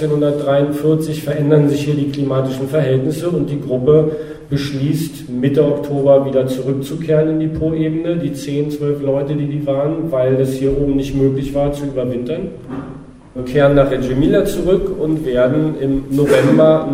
1943 verändern sich hier die klimatischen Verhältnisse und die Gruppe beschließt, Mitte Oktober wieder zurückzukehren in die Po-Ebene, die 10-12 Leute, die waren, weil es hier oben nicht möglich war zu überwintern. Wir kehren nach Reggio Emilia zurück und werden im November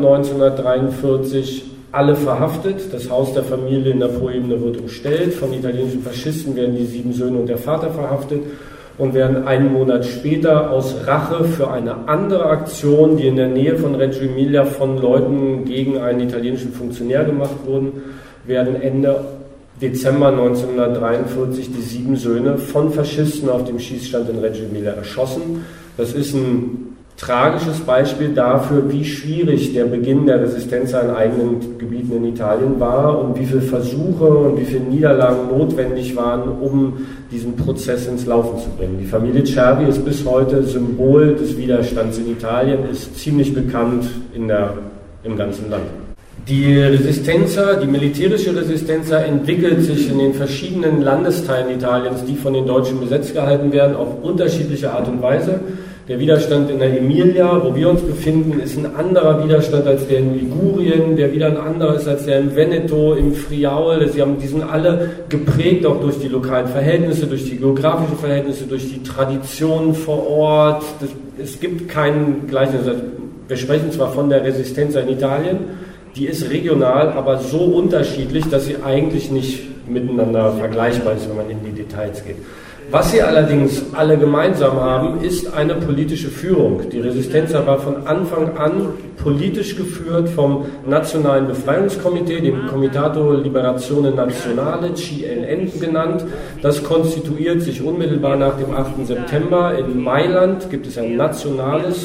1943 alle verhaftet. Das Haus der Familie in der Po-Ebene wird umstellt. Von italienischen Faschisten werden die 7 Söhne und der Vater verhaftet und werden einen Monat später aus Rache für eine andere Aktion, die in der Nähe von Reggio Emilia von Leuten gegen einen italienischen Funktionär gemacht wurden, werden Ende Dezember 1943 die 7 Söhne von Faschisten auf dem Schießstand in Reggio Emilia erschossen. Das ist ein tragisches Beispiel dafür, wie schwierig der Beginn der Resistenz in eigenen Gebieten in Italien war und wie viele Versuche und wie viele Niederlagen notwendig waren, um diesen Prozess ins Laufen zu bringen. Die Familie Cervi ist bis heute Symbol des Widerstands in Italien, ist ziemlich bekannt im ganzen Land. Die Resistenza, die militärische Resistenza entwickelt sich in den verschiedenen Landesteilen Italiens, die von den Deutschen besetzt gehalten werden, auf unterschiedliche Art und Weise. Der Widerstand in der Emilia, wo wir uns befinden, ist ein anderer Widerstand als der in Ligurien, der wieder ein anderer ist als der im Veneto, im Friaul. Die sind alle geprägt auch durch die lokalen Verhältnisse, durch die geografischen Verhältnisse, durch die Traditionen vor Ort. Es gibt keinen Gleichnis. Wir sprechen zwar von der Resistenza in Italien, die ist regional, aber so unterschiedlich, dass sie eigentlich nicht miteinander vergleichbar ist, wenn man in die Details geht. Was sie allerdings alle gemeinsam haben, ist eine politische Führung. Die Resistenza war von Anfang an politisch geführt vom Nationalen Befreiungskomitee, dem Comitato Liberazione Nazionale, CLN genannt. Das konstituiert sich unmittelbar nach dem 8. September. In Mailand gibt es ein nationales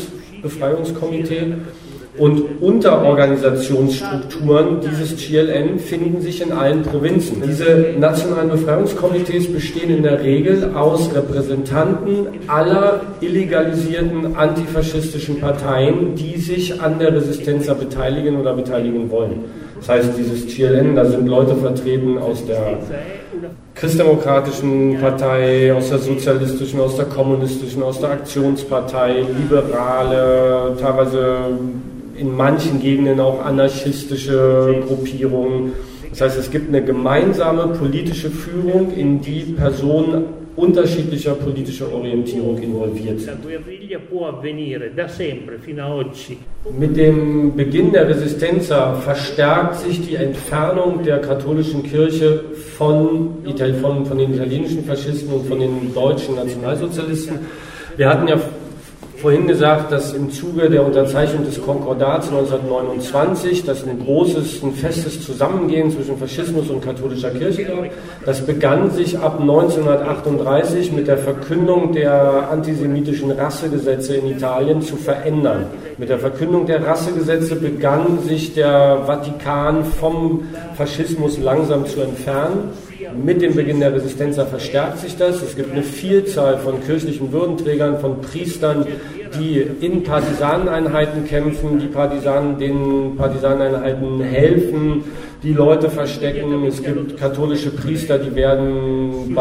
Befreiungskomitee. Und Unterorganisationsstrukturen dieses GLN finden sich in allen Provinzen. Diese nationalen Befreiungskomitees bestehen in der Regel aus Repräsentanten aller illegalisierten antifaschistischen Parteien, die sich an der Resistenza beteiligen oder beteiligen wollen. Das heißt, dieses GLN, da sind Leute vertreten aus der Christdemokratischen Partei, aus der Sozialistischen, aus der Kommunistischen, aus der Aktionspartei, Liberale, teilweise in manchen Gegenden auch anarchistische Gruppierungen. Das heißt, es gibt eine gemeinsame politische Führung, in die Personen unterschiedlicher politischer Orientierung involviert sind. Mit dem Beginn der Resistenza verstärkt sich die Entfernung der katholischen Kirche von den italienischen Faschisten und von den deutschen Nationalsozialisten. Wir hatten ja vorhin gesagt, dass im Zuge der Unterzeichnung des Konkordats 1929, dass ein festes Zusammengehen zwischen Faschismus und katholischer Kirche gab. Das begann sich ab 1938 mit der Verkündung der antisemitischen Rassegesetze in Italien zu verändern. Mit der Verkündung der Rassegesetze begann sich der Vatikan vom Faschismus langsam zu entfernen. Mit dem Beginn der Resistenza verstärkt sich das. Es gibt eine Vielzahl von kirchlichen Würdenträgern, von Priestern, die in Partisaneneinheiten kämpfen, den Partisaneneinheiten helfen, die Leute verstecken. Es gibt katholische Priester, die werden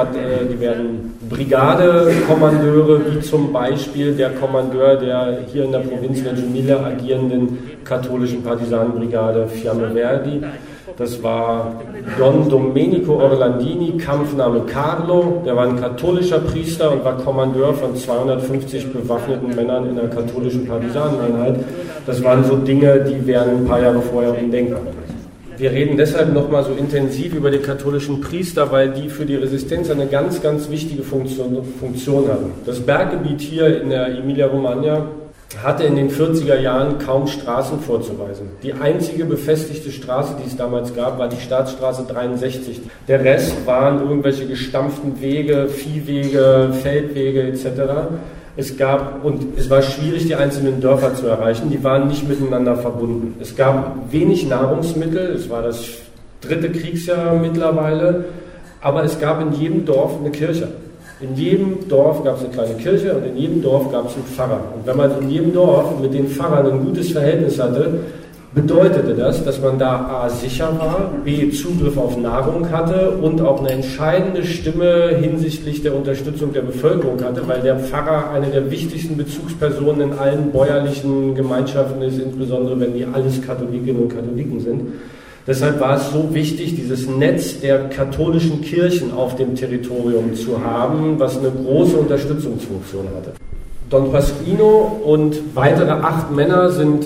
Brigadekommandeure, wie zum Beispiel der Kommandeur der hier in der Provinz Reggio Emilia agierenden katholischen Partisanenbrigade Fiamme Verdi. Das war Don Domenico Orlandini, Kampfname Carlo. Der war ein katholischer Priester und war Kommandeur von 250 bewaffneten Männern in der katholischen Partisaneneinheit. Das waren so Dinge, die wären ein paar Jahre vorher undenkbar. Wir reden deshalb nochmal so intensiv über die katholischen Priester, weil die für die Resistenz eine ganz, ganz wichtige Funktion hatten. Das Berggebiet hier in der Emilia-Romagna hatte in den 40er Jahren kaum Straßen vorzuweisen. Die einzige befestigte Straße, die es damals gab, war die Staatsstraße 63. Der Rest waren irgendwelche gestampften Wege, Viehwege, Feldwege etc. Es war schwierig, die einzelnen Dörfer zu erreichen. Die waren nicht miteinander verbunden. Es gab wenig Nahrungsmittel. Es war das 3. Kriegsjahr mittlerweile. Aber es gab in jedem Dorf eine Kirche. In jedem Dorf gab es eine kleine Kirche und in jedem Dorf gab es einen Pfarrer. Und wenn man in jedem Dorf mit den Pfarrern ein gutes Verhältnis hatte, bedeutete das, dass man da A. sicher war, B. Zugriff auf Nahrung hatte und auch eine entscheidende Stimme hinsichtlich der Unterstützung der Bevölkerung hatte, weil der Pfarrer eine der wichtigsten Bezugspersonen in allen bäuerlichen Gemeinschaften ist, insbesondere wenn die alles Katholikinnen und Katholiken sind. Deshalb war es so wichtig, dieses Netz der katholischen Kirchen auf dem Territorium zu haben, was eine große Unterstützungsfunktion hatte. Don Pasquino und weitere 8 Männer sind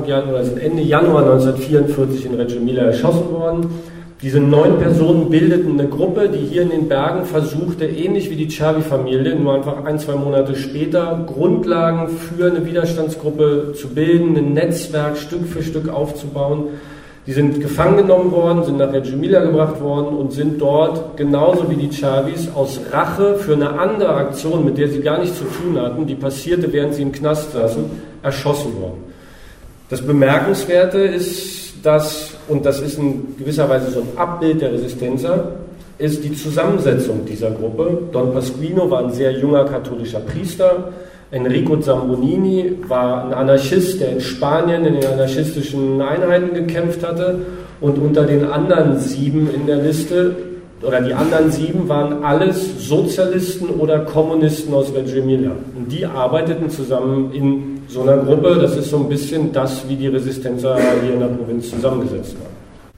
Ende Januar 1944 in Reggio Emilia erschossen worden. Diese 9 Personen bildeten eine Gruppe, die hier in den Bergen versuchte, ähnlich wie die Cervi-Familie, nur einfach 1-2 Monate später, Grundlagen für eine Widerstandsgruppe zu bilden, ein Netzwerk Stück für Stück aufzubauen. Die sind gefangen genommen worden, sind nach Reggio Emilia gebracht worden und sind dort, genauso wie die Cervis, aus Rache für eine andere Aktion, mit der sie gar nichts zu tun hatten, die passierte, während sie im Knast saßen, erschossen worden. Das Bemerkenswerte ist, und das ist in gewisser Weise so ein Abbild der Resistenza, ist die Zusammensetzung dieser Gruppe. Don Pasquino war ein sehr junger katholischer Priester. Enrico Zambonini war ein Anarchist, der in Spanien in den anarchistischen Einheiten gekämpft hatte. Und unter den anderen 7 in der Liste, oder die anderen 7 waren alles Sozialisten oder Kommunisten aus Reggio Emilia. Und die arbeiteten zusammen in so einer Gruppe. Das ist so ein bisschen das, wie die Resistenza hier in der Provinz zusammengesetzt war.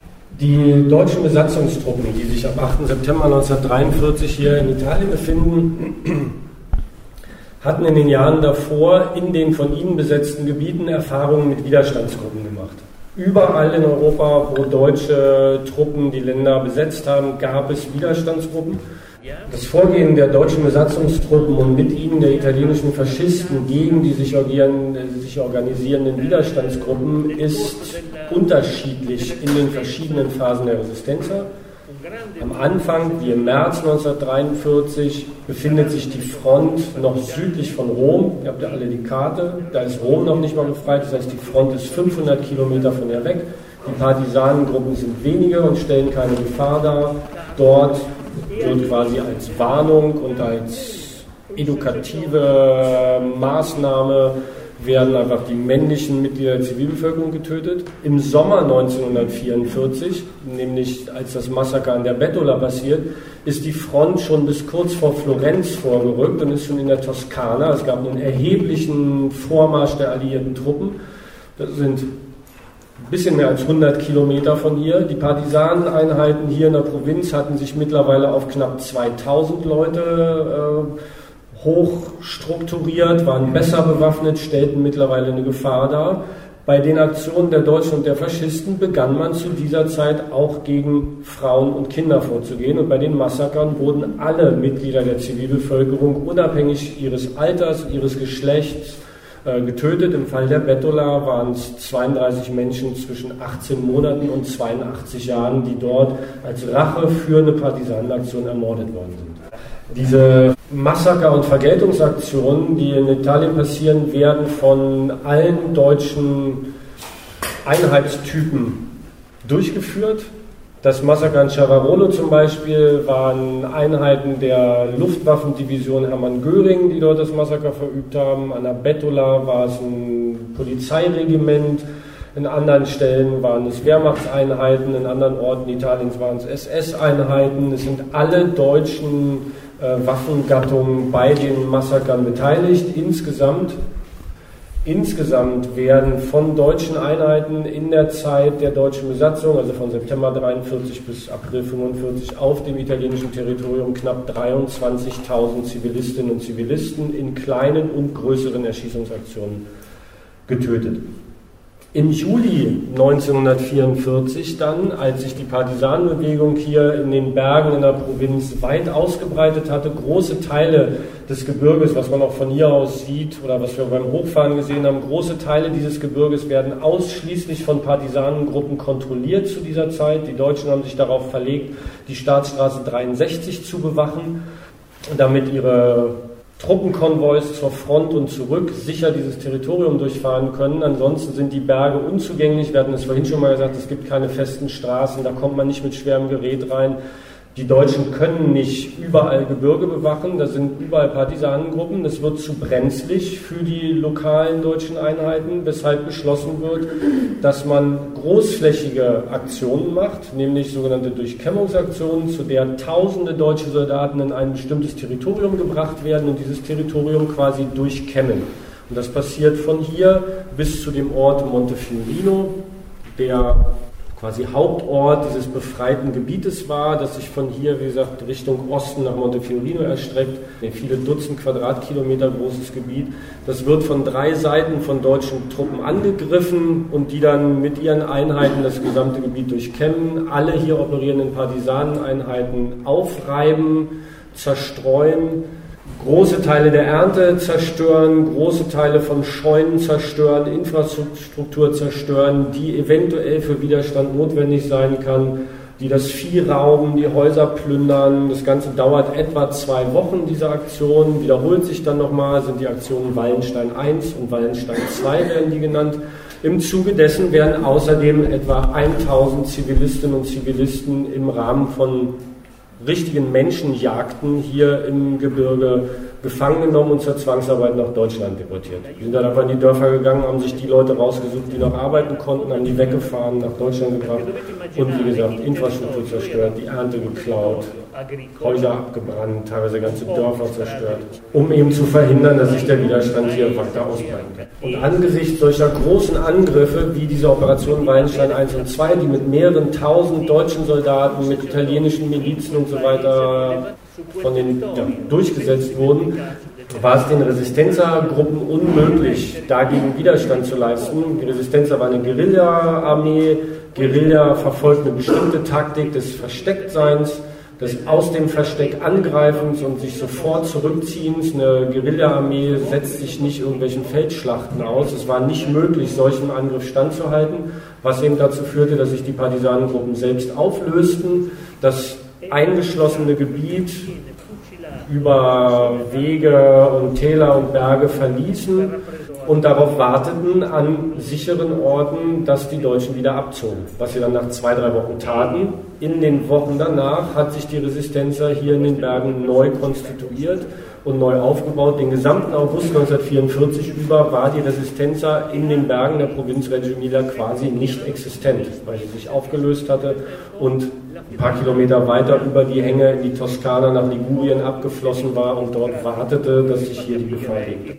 Die deutschen Besatzungstruppen, die sich ab 8. September 1943 hier in Italien befinden, hatten in den Jahren davor in den von ihnen besetzten Gebieten Erfahrungen mit Widerstandsgruppen gemacht. Überall in Europa, wo deutsche Truppen die Länder besetzt haben, gab es Widerstandsgruppen. Das Vorgehen der deutschen Besatzungstruppen und mit ihnen der italienischen Faschisten gegen die sich organisierenden Widerstandsgruppen ist unterschiedlich in den verschiedenen Phasen der Resistenza. Am Anfang, wie im März 1943, befindet sich die Front noch südlich von Rom. Ihr habt ja alle die Karte. Da ist Rom noch nicht mal befreit. Das heißt, die Front ist 500 Kilometer von ihr weg. Die Partisanengruppen sind wenige und stellen keine Gefahr dar. Dort wird quasi als Warnung und als edukative Maßnahme werden einfach die männlichen Mitglieder der Zivilbevölkerung getötet. Im Sommer 1944, nämlich als das Massaker an der Bettola passiert, ist die Front schon bis kurz vor Florenz vorgerückt und ist schon in der Toskana. Es gab einen erheblichen Vormarsch der alliierten Truppen. Das sind ein bisschen mehr als 100 Kilometer von hier. Die Partisaneneinheiten hier in der Provinz hatten sich mittlerweile auf knapp 2000 Leute hochstrukturiert, waren besser bewaffnet, stellten mittlerweile eine Gefahr dar. Bei den Aktionen der Deutschen und der Faschisten begann man zu dieser Zeit auch gegen Frauen und Kinder vorzugehen. Und bei den Massakern wurden alle Mitglieder der Zivilbevölkerung, unabhängig ihres Alters, ihres Geschlechts, getötet. Im Fall der Bettola waren es 32 Menschen zwischen 18 Monaten und 82 Jahren, die dort als Rache für eine Partisanenaktion ermordet worden sind. Diese Massaker- und Vergeltungsaktionen, die in Italien passieren, werden von allen deutschen Einheitstypen durchgeführt. Das Massaker in Cervarolo zum Beispiel waren Einheiten der Luftwaffendivision Hermann Göring, die dort das Massaker verübt haben. An der Bettola war es ein Polizeiregiment. In anderen Stellen waren es Wehrmachtseinheiten, in anderen Orten Italiens waren es SS-Einheiten. Es sind alle deutschen Waffengattungen bei den Massakern beteiligt. Insgesamt werden von deutschen Einheiten in der Zeit der deutschen Besatzung, also von September 43 bis April 45, auf dem italienischen Territorium knapp 23.000 Zivilistinnen und Zivilisten in kleinen und größeren Erschießungsaktionen getötet. Im Juli 1944 dann, als sich die Partisanenbewegung hier in den Bergen in der Provinz weit ausgebreitet hatte, große Teile des Gebirges, was man auch von hier aus sieht oder was wir beim Hochfahren gesehen haben, große Teile dieses Gebirges werden ausschließlich von Partisanengruppen kontrolliert zu dieser Zeit. Die Deutschen haben sich darauf verlegt, die Staatsstraße 63 zu bewachen, damit ihre Truppenkonvois zur Front und zurück sicher dieses Territorium durchfahren können. Ansonsten sind die Berge unzugänglich. Wir hatten es vorhin schon mal gesagt, es gibt keine festen Straßen, da kommt man nicht mit schwerem Gerät rein. Die Deutschen können nicht überall Gebirge bewachen, da sind überall Partisanengruppen. Es wird zu brenzlig für die lokalen deutschen Einheiten, weshalb beschlossen wird, dass man großflächige Aktionen macht, nämlich sogenannte Durchkämmungsaktionen, zu der tausende deutsche Soldaten in ein bestimmtes Territorium gebracht werden und dieses Territorium quasi durchkämmen. Und das passiert von hier bis zu dem Ort Montefiorino, der quasi Hauptort dieses befreiten Gebietes war, das sich von hier, wie gesagt, Richtung Osten nach Montefiorino erstreckt. Ein viele Dutzend Quadratkilometer großes Gebiet. Das wird von 3 Seiten von deutschen Truppen angegriffen und die dann mit ihren Einheiten das gesamte Gebiet durchkämmen, alle hier operierenden Partisaneneinheiten aufreiben, zerstreuen, große Teile der Ernte zerstören, große Teile von Scheunen zerstören, Infrastruktur zerstören, die eventuell für Widerstand notwendig sein kann, die das Vieh rauben, die Häuser plündern. Das Ganze dauert etwa 2 Wochen, diese Aktion, wiederholt sich dann nochmal, sind die Aktionen Wallenstein I und Wallenstein II werden die genannt. Im Zuge dessen werden außerdem etwa 1000 Zivilistinnen und Zivilisten im Rahmen von richtigen Menschenjagden hier im Gebirge gefangen genommen und zur Zwangsarbeit nach Deutschland deportiert. Die sind dann einfach in die Dörfer gegangen, haben sich die Leute rausgesucht, die noch arbeiten konnten, haben die weggefahren, nach Deutschland gebracht und wie gesagt, Infrastruktur zerstört, die Ernte geklaut, Häuser abgebrannt, teilweise ganze Dörfer zerstört, um eben zu verhindern, dass sich der Widerstand hier weiter ausbreiten kann. Und angesichts solcher großen Angriffe wie diese Operation Wallenstein I und II, die mit mehreren tausend deutschen Soldaten, mit italienischen Milizen und so weiter von den durchgesetzt wurden, war es den Resistenza-Gruppen unmöglich, dagegen Widerstand zu leisten. Die Resistenza war eine Guerilla-Armee. Guerilla verfolgt eine bestimmte Taktik des Verstecktseins, des aus dem Versteck Angreifens und sich sofort zurückziehens. Eine Guerilla-Armee setzt sich nicht irgendwelchen Feldschlachten aus. Es war nicht möglich, solchem Angriff standzuhalten, was eben dazu führte, dass sich die Partisanengruppen selbst auflösten, dass eingeschlossene Gebiet über Wege und Täler und Berge verließen und darauf warteten an sicheren Orten, dass die Deutschen wieder abzogen. Was sie dann nach 2-3 Wochen taten. In den Wochen danach hat sich die Resistenza hier in den Bergen neu konstituiert und neu aufgebaut. Den gesamten August 1944 über war die Resistenza in den Bergen der Provinz Reggio Emilia quasi nicht existent, weil sie sich aufgelöst hatte und ein paar Kilometer weiter über die Hänge in die Toskana nach Ligurien abgeflossen war und dort wartete, dass sich hier die Gefahr legt.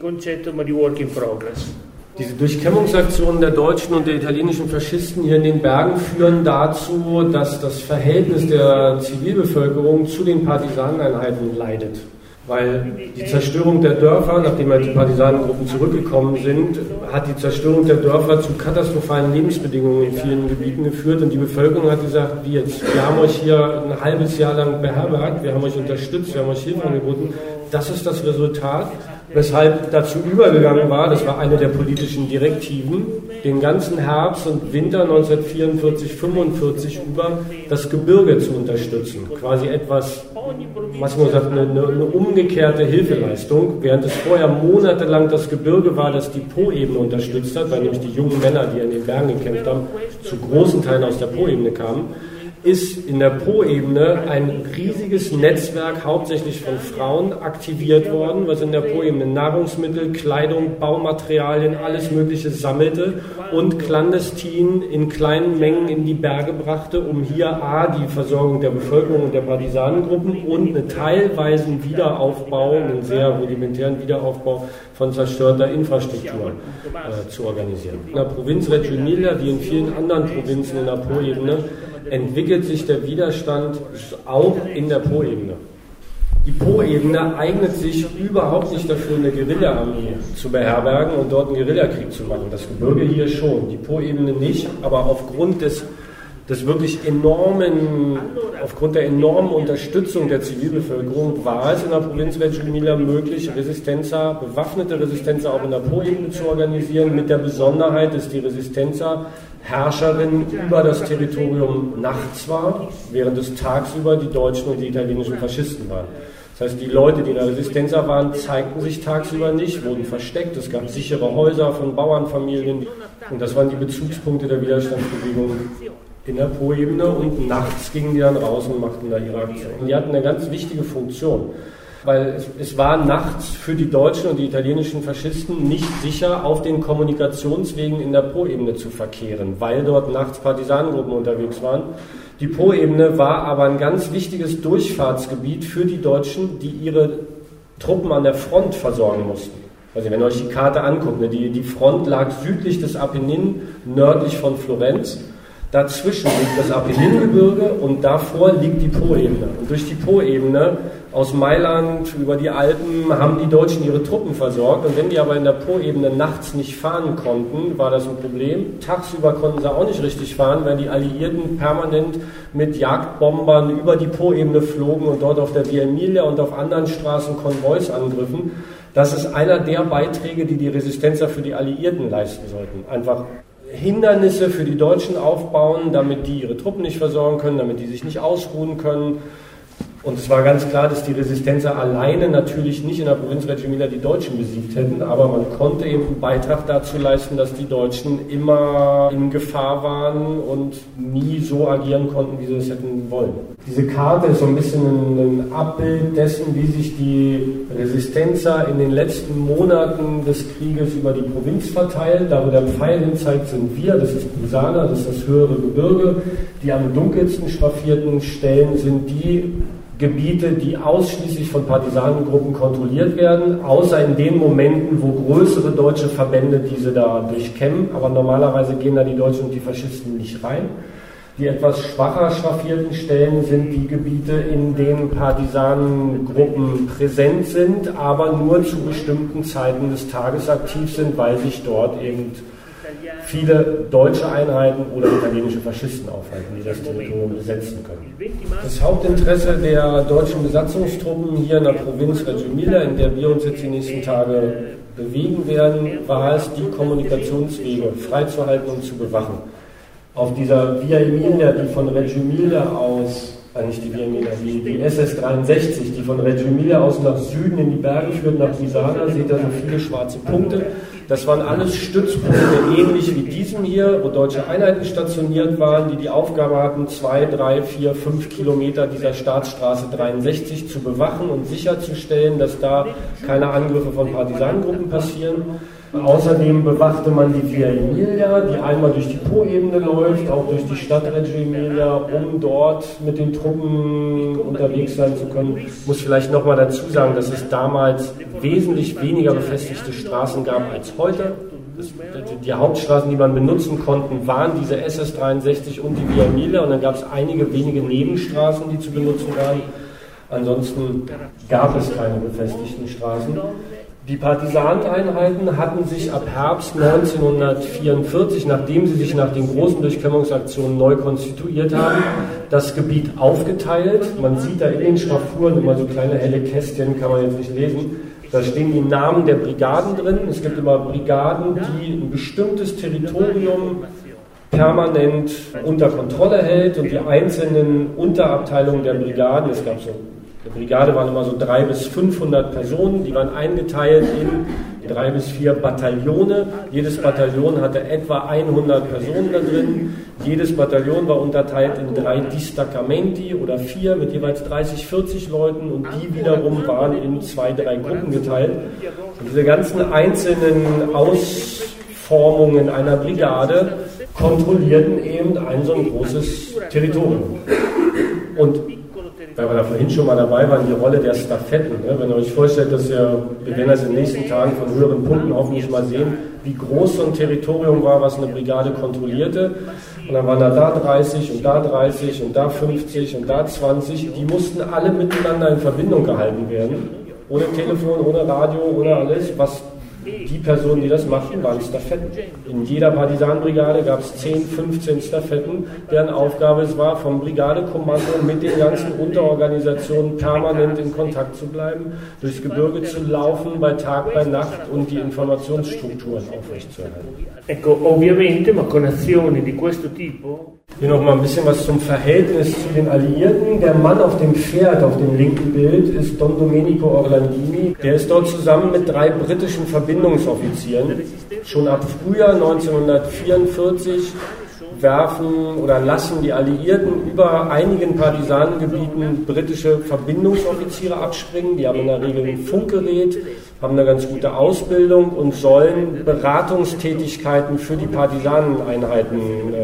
Diese Durchkämmungsaktionen der deutschen und der italienischen Faschisten hier in den Bergen führen dazu, dass das Verhältnis der Zivilbevölkerung zu den Partisaneneinheiten leidet. Weil die Zerstörung der Dörfer, nachdem die Partisanengruppen zurückgekommen sind, hat die Zerstörung der Dörfer zu katastrophalen Lebensbedingungen in vielen Gebieten geführt. Und die Bevölkerung hat gesagt, wir haben euch hier ein halbes Jahr lang beherbergt, wir haben euch unterstützt, wir haben euch Hilfe angeboten. Das ist das Resultat, weshalb dazu übergegangen war, das war eine der politischen Direktiven, den ganzen Herbst und Winter 1944-45 über das Gebirge zu unterstützen. Quasi etwas, was man sagt, eine umgekehrte Hilfeleistung, während es vorher monatelang das Gebirge war, das die Po-Ebene unterstützt hat, weil nämlich die jungen Männer, die in den Bergen gekämpft haben, zu großen Teilen aus der Po-Ebene kamen, ist in der Po-Ebene ein riesiges Netzwerk hauptsächlich von Frauen aktiviert worden, was in der Po-Ebene Nahrungsmittel, Kleidung, Baumaterialien, alles Mögliche sammelte und clandestin in kleinen Mengen in die Berge brachte, um hier die Versorgung der Bevölkerung und der Partisanengruppen und einen teilweisen Wiederaufbau, einen sehr rudimentären Wiederaufbau von zerstörter Infrastruktur zu organisieren. In der Provinz Reggio Emilia, wie in vielen anderen Provinzen in der Po-Ebene, entwickelt sich der Widerstand auch in der Po-Ebene. Die Po-Ebene eignet sich überhaupt nicht dafür, eine Guerilla-Armee zu beherbergen und dort einen Guerillakrieg zu machen. Das Gebirge hier schon, die Po-Ebene nicht, aber aufgrund aufgrund der enormen Unterstützung der Zivilbevölkerung war es in der Provinz Reggio Emilia möglich, bewaffnete Resistenza auch in der Po-Ebene zu organisieren, mit der Besonderheit, dass die Resistenza Herrscherin über das Territorium nachts war, während es tagsüber die deutschen und die italienischen Faschisten waren. Das heißt, die Leute, die in der Resistenza waren, zeigten sich tagsüber nicht, wurden versteckt, es gab sichere Häuser von Bauernfamilien und das waren die Bezugspunkte der Widerstandsbewegung in der Po-Ebene und nachts gingen die dann raus und machten da ihre Aktion. Die hatten eine ganz wichtige Funktion, weil es war nachts für die deutschen und die italienischen Faschisten nicht sicher, auf den Kommunikationswegen in der Po-Ebene zu verkehren, weil dort nachts Partisanengruppen unterwegs waren. Die Po-Ebene war aber ein ganz wichtiges Durchfahrtsgebiet für die Deutschen, die ihre Truppen an der Front versorgen mussten. Also wenn ihr euch die Karte anguckt, die Front lag südlich des Apennin, nördlich von Florenz. Dazwischen liegt das Apenningebirge und davor liegt die Po-Ebene. Und durch die Po-Ebene aus Mailand über die Alpen haben die Deutschen ihre Truppen versorgt. Und wenn die aber in der Po-Ebene nachts nicht fahren konnten, war das ein Problem. Tagsüber konnten sie auch nicht richtig fahren, weil die Alliierten permanent mit Jagdbombern über die Po-Ebene flogen und dort auf der Via Emilia und auf anderen Straßen Konvois angriffen. Das ist einer der Beiträge, die die Resistenza für die Alliierten leisten sollten. Einfach Hindernisse für die Deutschen aufbauen, damit die ihre Truppen nicht versorgen können, damit die sich nicht ausruhen können. Und es war ganz klar, dass die Resistenza alleine natürlich nicht in der Provinz Reggio Emilia die Deutschen besiegt hätten, aber man konnte eben einen Beitrag dazu leisten, dass die Deutschen immer in Gefahr waren und nie so agieren konnten, wie sie es hätten wollen. Diese Karte ist so ein bisschen ein Abbild dessen, wie sich die Resistenza in den letzten Monaten des Krieges über die Provinz verteilt. Da, wo der Pfeil hin zeigt, sind wir, das ist Busana, das ist das höhere Gebirge. Die am dunkelsten schraffierten Stellen sind die Gebiete, die ausschließlich von Partisanengruppen kontrolliert werden, außer in den Momenten, wo größere deutsche Verbände diese da durchkämmen. Aber normalerweise gehen da die Deutschen und die Faschisten nicht rein. Die etwas schwacher schraffierten Stellen sind die Gebiete, in denen Partisanengruppen präsent sind, aber nur zu bestimmten Zeiten des Tages aktiv sind, weil sich dort eben viele deutsche Einheiten oder italienische Faschisten aufhalten, die das Territorium besetzen können. Das Hauptinteresse der deutschen Besatzungstruppen hier in der Provinz Reggio Emilia, in der wir uns jetzt die nächsten Tage bewegen werden, war es, die Kommunikationswege freizuhalten und zu bewachen. Auf dieser Via Emilia, die von Reggio Emilia aus nicht die Via Emilia, die SS-63, die von Reggio Emilia aus nach Süden in die Berge führt, nach Brisana, seht ihr so viele schwarze Punkte. Das waren alles Stützpunkte, ähnlich wie diesem hier, wo deutsche Einheiten stationiert waren, die die Aufgabe hatten, 2, 3, 4, 5 Kilometer dieser Staatsstraße 63 zu bewachen und sicherzustellen, dass da keine Angriffe von Partisanengruppen passieren. Außerdem bewachte man die Via Emilia, die einmal durch die Po-Ebene läuft, auch durch die Stadt Reggio Emilia, um dort mit den Truppen unterwegs sein zu können. Ich muss vielleicht nochmal dazu sagen, dass es damals wesentlich weniger befestigte Straßen gab als heute. Die Hauptstraßen, die man benutzen konnte, waren diese SS-63 und die Via Emilia, und dann gab es einige wenige Nebenstraßen, die zu benutzen waren. Ansonsten gab es keine befestigten Straßen. Die Partisaneneinheiten hatten sich ab Herbst 1944, nachdem sie sich nach den großen Durchkämmungsaktionen neu konstituiert haben, das Gebiet aufgeteilt. Man sieht da in den Schraffuren immer so kleine helle Kästchen, kann man jetzt nicht lesen. Da stehen die Namen der Brigaden drin. Es gibt immer Brigaden, die ein bestimmtes Territorium permanent unter Kontrolle hält, und die einzelnen Unterabteilungen der Brigaden, es gab so, die Brigade waren immer so 300 bis 500 Personen, die waren eingeteilt in 3 bis 4 Bataillone. Jedes Bataillon hatte etwa 100 Personen da drin. Jedes Bataillon war unterteilt in 3 Distaccamenti oder 4 mit jeweils 30, 40 Leuten, und die wiederum waren in 2, 3 Gruppen geteilt. Und diese ganzen einzelnen Ausformungen einer Brigade kontrollierten eben ein so ein großes Territorium. Und weil wir da vorhin schon mal dabei waren, die Rolle der Stafetten. Ne? Wenn ihr euch vorstellt, dass wir werden das in den nächsten Tagen von höheren Punkten hoffentlich mal sehen, wie groß so ein Territorium war, was eine Brigade kontrollierte. Und dann waren da 30 und da 30 und da 50 und da 20. Die mussten alle miteinander in Verbindung gehalten werden. Ohne Telefon, ohne Radio, ohne alles. Was die Personen, die das machten, waren Stafetten. In jeder Partisanenbrigade gab es 10, 15 Stafetten, deren Aufgabe es war, vom Brigadekommando mit den ganzen Unterorganisationen permanent in Kontakt zu bleiben, durchs Gebirge zu laufen, bei Tag, bei Nacht, und die Informationsstrukturen aufrechtzuerhalten. Ecco, ovviamente, ma con azioni di questo tipo. Hier noch mal ein bisschen was zum Verhältnis zu den Alliierten. Der Mann auf dem Pferd auf dem linken Bild ist Don Domenico Orlandini. Der ist dort zusammen mit 3 britischen Verbindungsoffizieren. Schon ab Frühjahr 1944 werfen oder lassen die Alliierten über einigen Partisanengebieten britische Verbindungsoffiziere abspringen. Die haben in der Regel ein Funkgerät, haben eine ganz gute Ausbildung und sollen Beratungstätigkeiten für die Partisaneneinheiten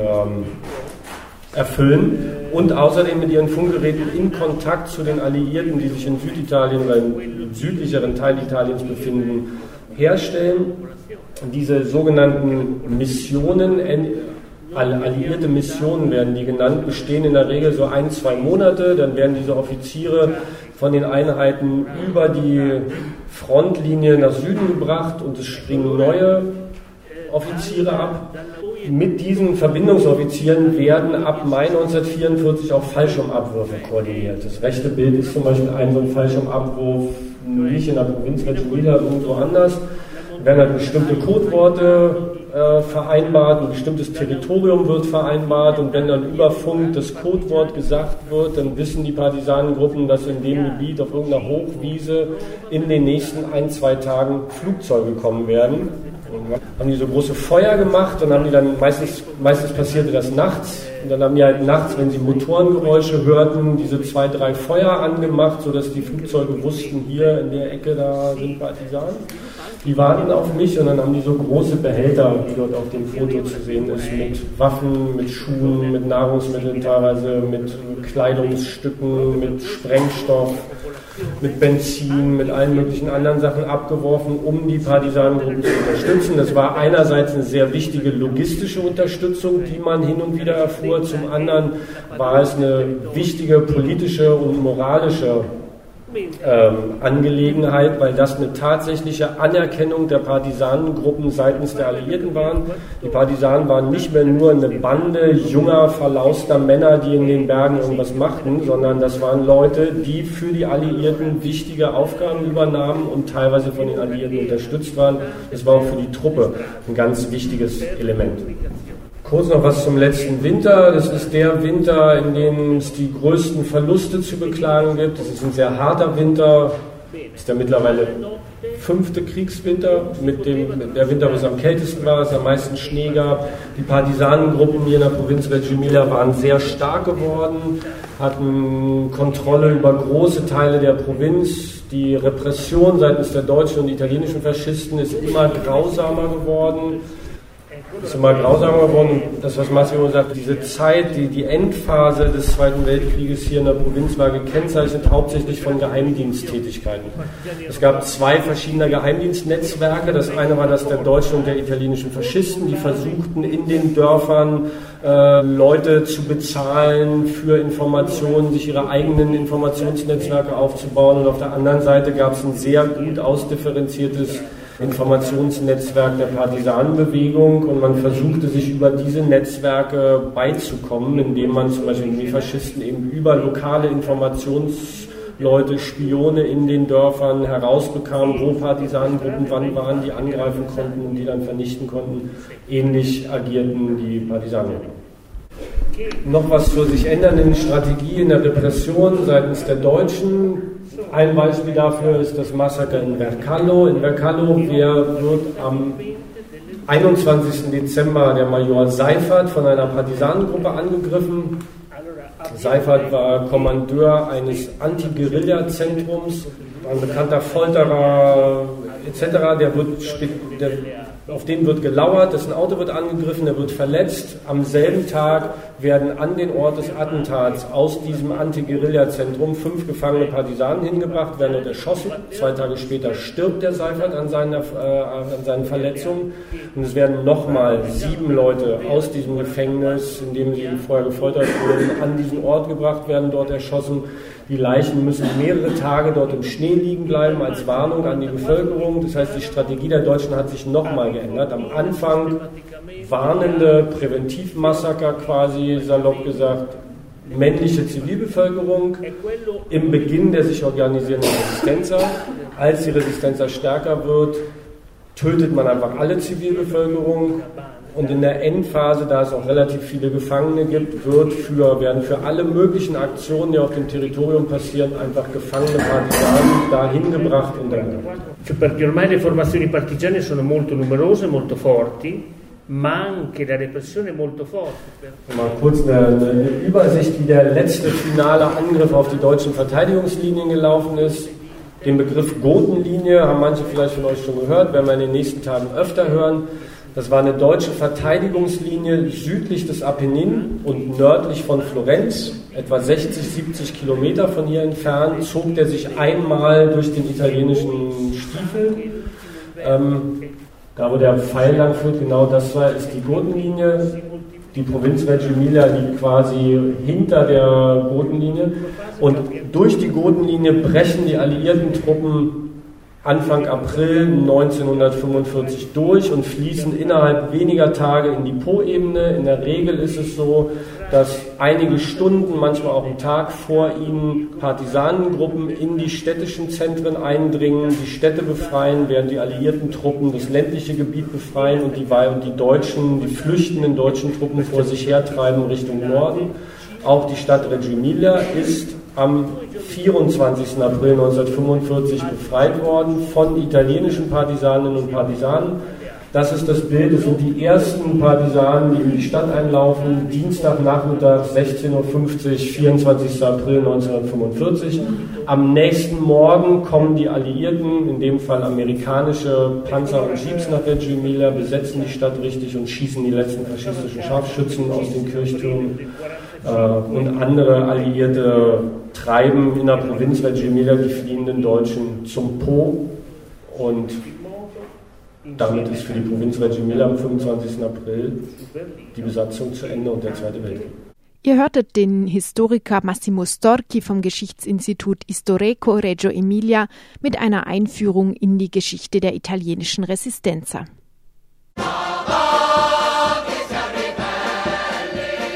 erfüllen und außerdem mit ihren Funkgeräten in Kontakt zu den Alliierten, die sich in Süditalien oder im südlicheren Teil Italiens befinden, herstellen. Diese sogenannten Missionen, alliierte Missionen werden die genannt, bestehen in der Regel so 1, 2 Monate. Dann werden diese Offiziere von den Einheiten über die Frontlinie nach Süden gebracht und es springen neue Offiziere ab. Mit diesen Verbindungsoffizieren werden ab Mai 1944 auch Fallschirmabwürfe koordiniert. Das rechte Bild ist zum Beispiel ein so ein Fallschirmabwurf, nicht in der Provinz Reggio Emilia, irgendwo anders. Da werden halt bestimmte Codeworte vereinbart, ein bestimmtes Territorium wird vereinbart, und wenn dann über Funk das Codewort gesagt wird, dann wissen die Partisanengruppen, dass in dem Gebiet auf irgendeiner Hochwiese in den nächsten 1, 2 Tagen Flugzeuge kommen werden. Und haben die so große Feuer gemacht, und haben die dann, meistens passierte das nachts, und dann haben die halt nachts, wenn sie Motorengeräusche hörten, diese 2, 3 Feuer angemacht, sodass die Flugzeuge wussten, hier in der Ecke, da sind Partisanen. Die warten auf mich, und dann haben die so große Behälter, wie dort auf dem Foto zu sehen ist, mit Waffen, mit Schuhen, mit Nahrungsmitteln teilweise, mit Kleidungsstücken, mit Sprengstoff, mit Benzin, mit allen möglichen anderen Sachen abgeworfen, um die Partisanengruppen zu unterstützen. Das war einerseits eine sehr wichtige logistische Unterstützung, die man hin und wieder erfuhr. Zum anderen war es eine wichtige politische und moralische Angelegenheit, weil das eine tatsächliche Anerkennung der Partisanengruppen seitens der Alliierten waren. Die Partisanen waren nicht mehr nur eine Bande junger, verlauster Männer, die in den Bergen irgendwas machten, sondern das waren Leute, die für die Alliierten wichtige Aufgaben übernahmen und teilweise von den Alliierten unterstützt waren. Das war auch für die Truppe ein ganz wichtiges Element. Kurz noch was zum letzten Winter. Das ist der Winter, in dem es die größten Verluste zu beklagen gibt. Das ist ein sehr harter Winter. Das ist der mittlerweile 5. Kriegswinter, der Winter, wo es am kältesten war, es am meisten Schnee gab. Die Partisanengruppen hier in der Provinz Reggio Emilia waren sehr stark geworden, hatten Kontrolle über große Teile der Provinz. Die Repression seitens der deutschen und italienischen Faschisten ist immer grausamer geworden. Das, was Massimo sagt, diese Zeit, die Endphase des Zweiten Weltkrieges hier in der Provinz war gekennzeichnet hauptsächlich von Geheimdiensttätigkeiten. Es gab 2 verschiedene Geheimdienstnetzwerke. Das eine war das der deutschen und der italienischen Faschisten, die versuchten in den Dörfern Leute zu bezahlen für Informationen, sich ihre eigenen Informationsnetzwerke aufzubauen. Und auf der anderen Seite gab es ein sehr gut ausdifferenziertes Informationsnetzwerk der Partisanenbewegung und man versuchte sich über diese Netzwerke beizukommen, indem man zum Beispiel die Faschisten eben über lokale Informationsleute, Spione in den Dörfern herausbekam, wo Partisanengruppen wann waren, die angreifen konnten und die dann vernichten konnten. Ähnlich agierten die Partisanen. Noch was zur sich ändernden Strategie in der Repression seitens der Deutschen. Ein Beispiel dafür ist das Massaker in Vercallo. In Vercallo wird am 21. Dezember der Major Seifert von einer Partisanengruppe angegriffen. Seifert war Kommandeur eines Anti-Guerilla-Zentrums, ein bekannter Folterer etc. Auf den wird gelauert, dessen Auto wird angegriffen, er wird verletzt. Am selben Tag werden an den Ort des Attentats aus diesem Anti-Guerilla-Zentrum 5 gefangene Partisanen hingebracht, werden dort erschossen. 2 Tage später stirbt der Seifert an seinen Verletzungen. Und es werden nochmal 7 Leute aus diesem Gefängnis, in dem sie vorher gefoltert wurden, an diesen Ort gebracht, werden dort erschossen. Die Leichen müssen mehrere Tage dort im Schnee liegen bleiben, als Warnung an die Bevölkerung. Das heißt, die Strategie der Deutschen hat sich nochmal geändert. Am Anfang warnende Präventivmassaker quasi, salopp gesagt, männliche Zivilbevölkerung im Beginn der sich organisierenden Resistenza. Als die Resistenza stärker wird, tötet man einfach alle Zivilbevölkerung. Und in der Endphase, da es auch relativ viele Gefangene gibt, werden für alle möglichen Aktionen, die auf dem Territorium passieren, einfach gefangene Partisanen dahin gebracht und dann. Perché ormai le formazioni partigiane sono molto numerose, molto forti, ma anche la repressione è molto forte. Mal kurz eine Übersicht, wie der letzte finale Angriff auf die deutschen Verteidigungslinien gelaufen ist. Den Begriff Gotenlinie haben manche vielleicht von euch schon gehört, werden wir in den nächsten Tagen öfter hören. Das war eine deutsche Verteidigungslinie südlich des Apennin und nördlich von Florenz, etwa 60, 70 Kilometer von hier entfernt, zog der sich einmal durch den italienischen Stiefel. Da wo der Pfeil lang führt, genau das ist die Gotenlinie. Die Provinz Reggio Emilia liegt quasi hinter der Gotenlinie. Und durch die Gotenlinie brechen die alliierten Truppen Anfang April 1945 durch und fließen innerhalb weniger Tage in die Po-Ebene. In der Regel ist es so, dass einige Stunden, manchmal auch einen Tag vor ihnen Partisanengruppen in die städtischen Zentren eindringen, die Städte befreien, während die alliierten Truppen das ländliche Gebiet befreien und die flüchtenden deutschen Truppen vor sich hertreiben Richtung Norden. Auch die Stadt Reggio Emilia ist am 24. April 1945 befreit worden von italienischen Partisaninnen und Partisanen. Das ist das Bild, das sind die ersten Partisanen, die in die Stadt einlaufen, Dienstagnachmittag 16.50 Uhr, 24. April 1945. Am nächsten Morgen kommen die Alliierten, in dem Fall amerikanische Panzer und Jeeps nach Reggio Emilia, besetzen die Stadt richtig und schießen die letzten faschistischen Scharfschützen aus den Kirchtürmen. Und andere Alliierte treiben in der Provinz Reggio Emilia die fliehenden Deutschen zum Po und damit ist für die Provinz Reggio Emilia am 25. April die Besatzung zu Ende und der Zweite Weltkrieg. Ihr hörtet den Historiker Massimo Storchi vom Geschichtsinstitut Istoreco Reggio Emilia mit einer Einführung in die Geschichte der italienischen Resistenza.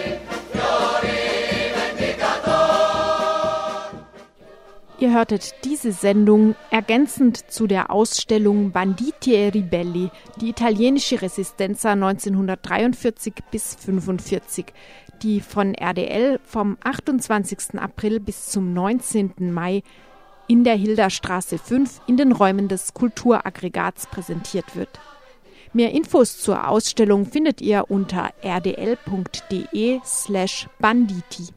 Ihr hörtet diese diese Sendung ergänzend zu der Ausstellung Banditi e Ribelli, die italienische Resistenza 1943 bis 1945, die von RDL vom 28. April bis zum 19. Mai in der Hilderstraße 5 in den Räumen des Kulturaggregats präsentiert wird. Mehr Infos zur Ausstellung findet ihr unter rdl.de/banditi.